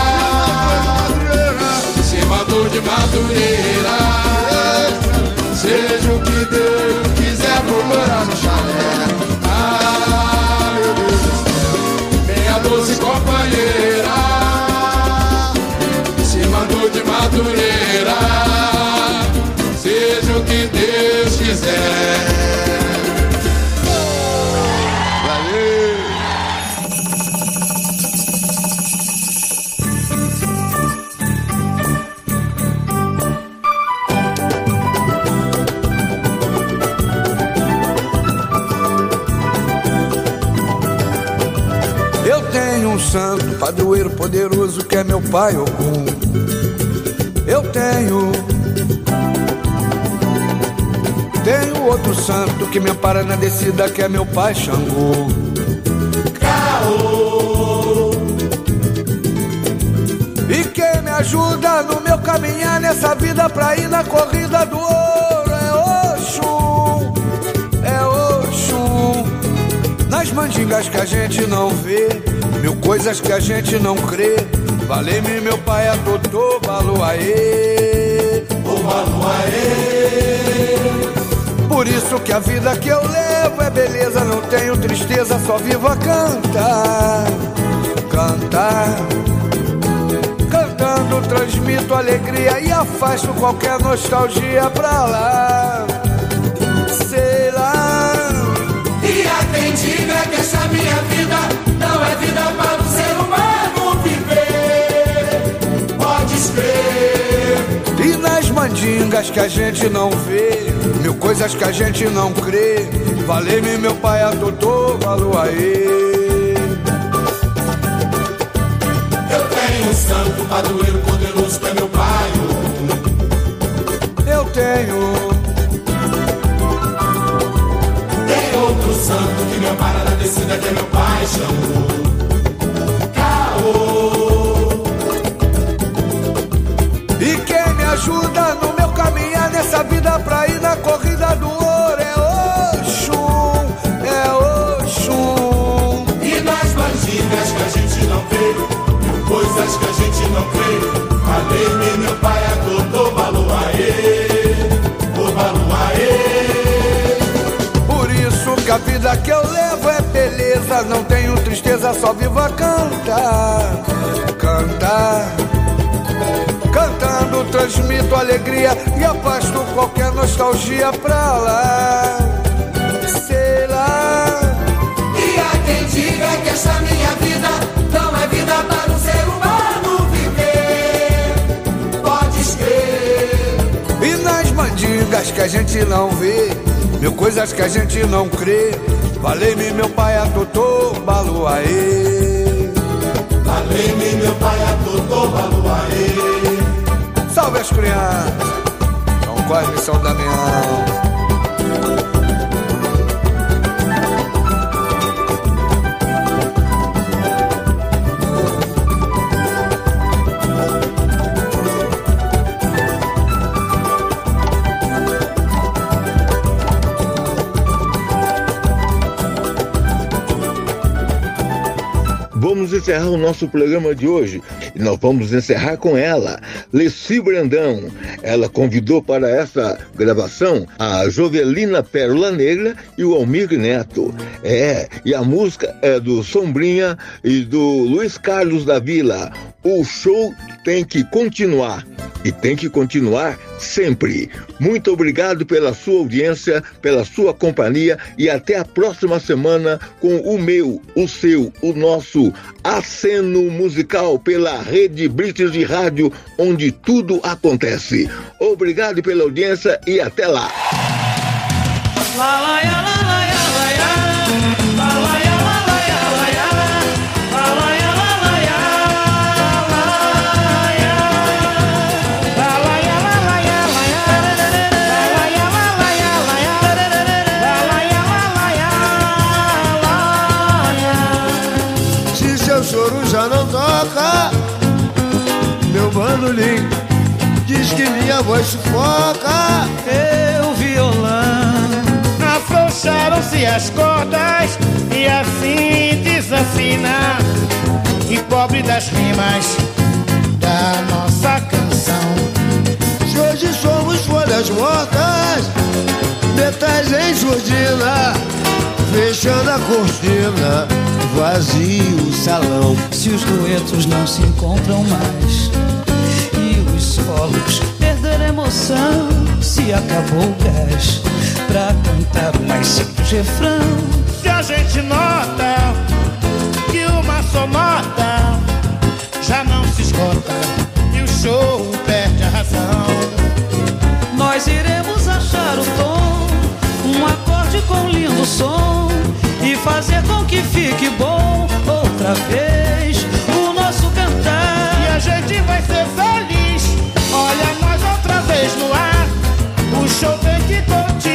se mandou de Madureira. Seja o que Deus quiser, vou morar no chalé. Ah, meu Deus do céu. Minha doce companheira se mandou de Madureira. Seja o que Deus quiser. Um santo, padroeiro poderoso que é meu pai Ogum. Eu tenho outro santo que me ampara na descida que é meu pai Xangô. Caô. E quem me ajuda no meu caminhar nessa vida pra ir na corrida do ouro é Oxum, é Oxum. Nas mandingas que a gente não vê, mil coisas que a gente não crê. Valei-me meu pai a Totô, Baluaê, o Baluaê. Por isso que a vida que eu levo é beleza, não tenho tristeza, só vivo a cantar. Cantar, cantando transmito alegria e afasto qualquer nostalgia pra lá. Sei lá. E há quem diga que essa minha vida não é vida para o ser humano viver. Podes crer. E nas mandingas que a gente não vê, mil coisas que a gente não crê. Valei-me meu pai a Totô, Baluaê. Eu tenho um santo padroeiro poderoso que é meu pai. Eu tenho outro santo que me ampara na descida que é meu pai Xangô. Caô. E quem me ajuda no meu caminhar nessa vida pra ir na corrida do ouro é Oxum, é Oxum. E nas mandingas que a gente não vê, coisas que a gente não crê. Falei-me meu pai a Totô, Baluaê, o Baluaê. Que a vida que eu levo é beleza, não tenho tristeza, só vivo a cantar. Cantar, cantando transmito alegria e afasto qualquer nostalgia pra lá. Sei lá. E há quem diga que essa minha vida não é vida para o ser humano viver. Podes crer. E nas mandingas que a gente não vê, mil coisas que a gente não crê. Valei-me meu pai a Totô, Baluaê. Valei-me meu pai a Totô, Baluaê. Salve as crianças, São Cosme e São Damião. Vamos encerrar o nosso programa de hoje e nós vamos encerrar com ela, Leci Brandão. Ela convidou para essa gravação a Jovelina Pérola Negra e o Almir Neto. E a música é do Sombrinha e do Luiz Carlos da Vila. O show tem que continuar e tem que continuar sempre. Muito obrigado pela sua audiência, pela sua companhia e até a próxima semana com o meu, o seu, o nosso Aceno Musical pela Rede British de Rádio, onde tudo acontece. Obrigado pela audiência e até lá. diz que minha voz sufoca. Eu, violão. Afrouxaram-se as cordas e assim desafina. E pobre das rimas da nossa canção. Se hoje somos folhas mortas, metais em surdina, fechando a cortina, vazio o salão. Se os duetos não se encontram mais e os solos perderam a emoção, se acabou o gás pra cantar o mais simples refrão. Se a gente nota que uma só nota já não se esgota e o show perde a razão, nós iremos achar o tom, um acorde com lindo som, e fazer com que fique bom outra vez o nosso cantar. E a gente vai ser feliz. Olha nós outra vez no ar. O show tem que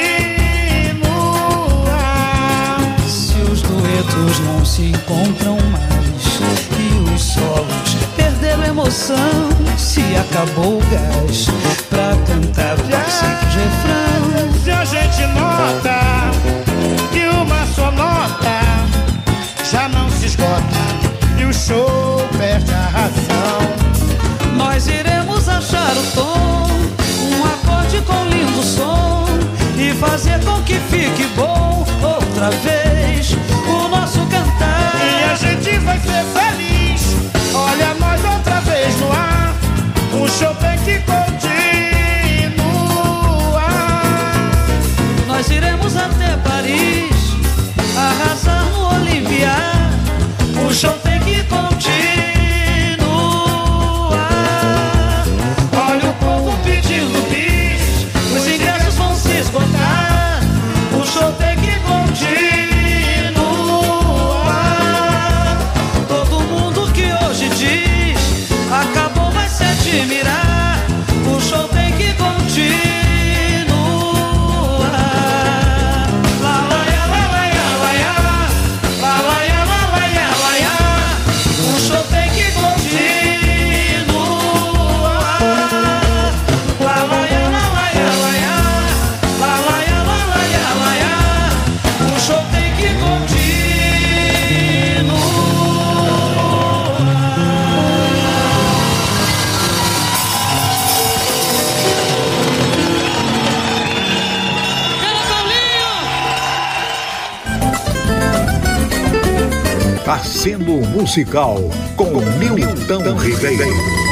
continuar. Se os duetos não se encontram mais e os solos perderam a emoção, se acabou o gás pra cantar o mais simples refrão. Se a gente nota que uma só nota já não se esgota e o show perde a razão, nós iremos achar o tom, um acorde com lindo som, e fazer com que fique bom outra vez o nosso cantar. E a gente vai ser feliz. Olha nós outra vez no ar. O show tem que continuar. Nós iremos até Paris, arrasar no Olímpia. O show tem que continuar. Olha o povo pedindo bis, os ingressos vão se esgotar. O show tem que continuar. Todo mundo que hoje diz acabou vai se admirar. O show tem que continuar. Aceno Musical com Nilton Ribeiro.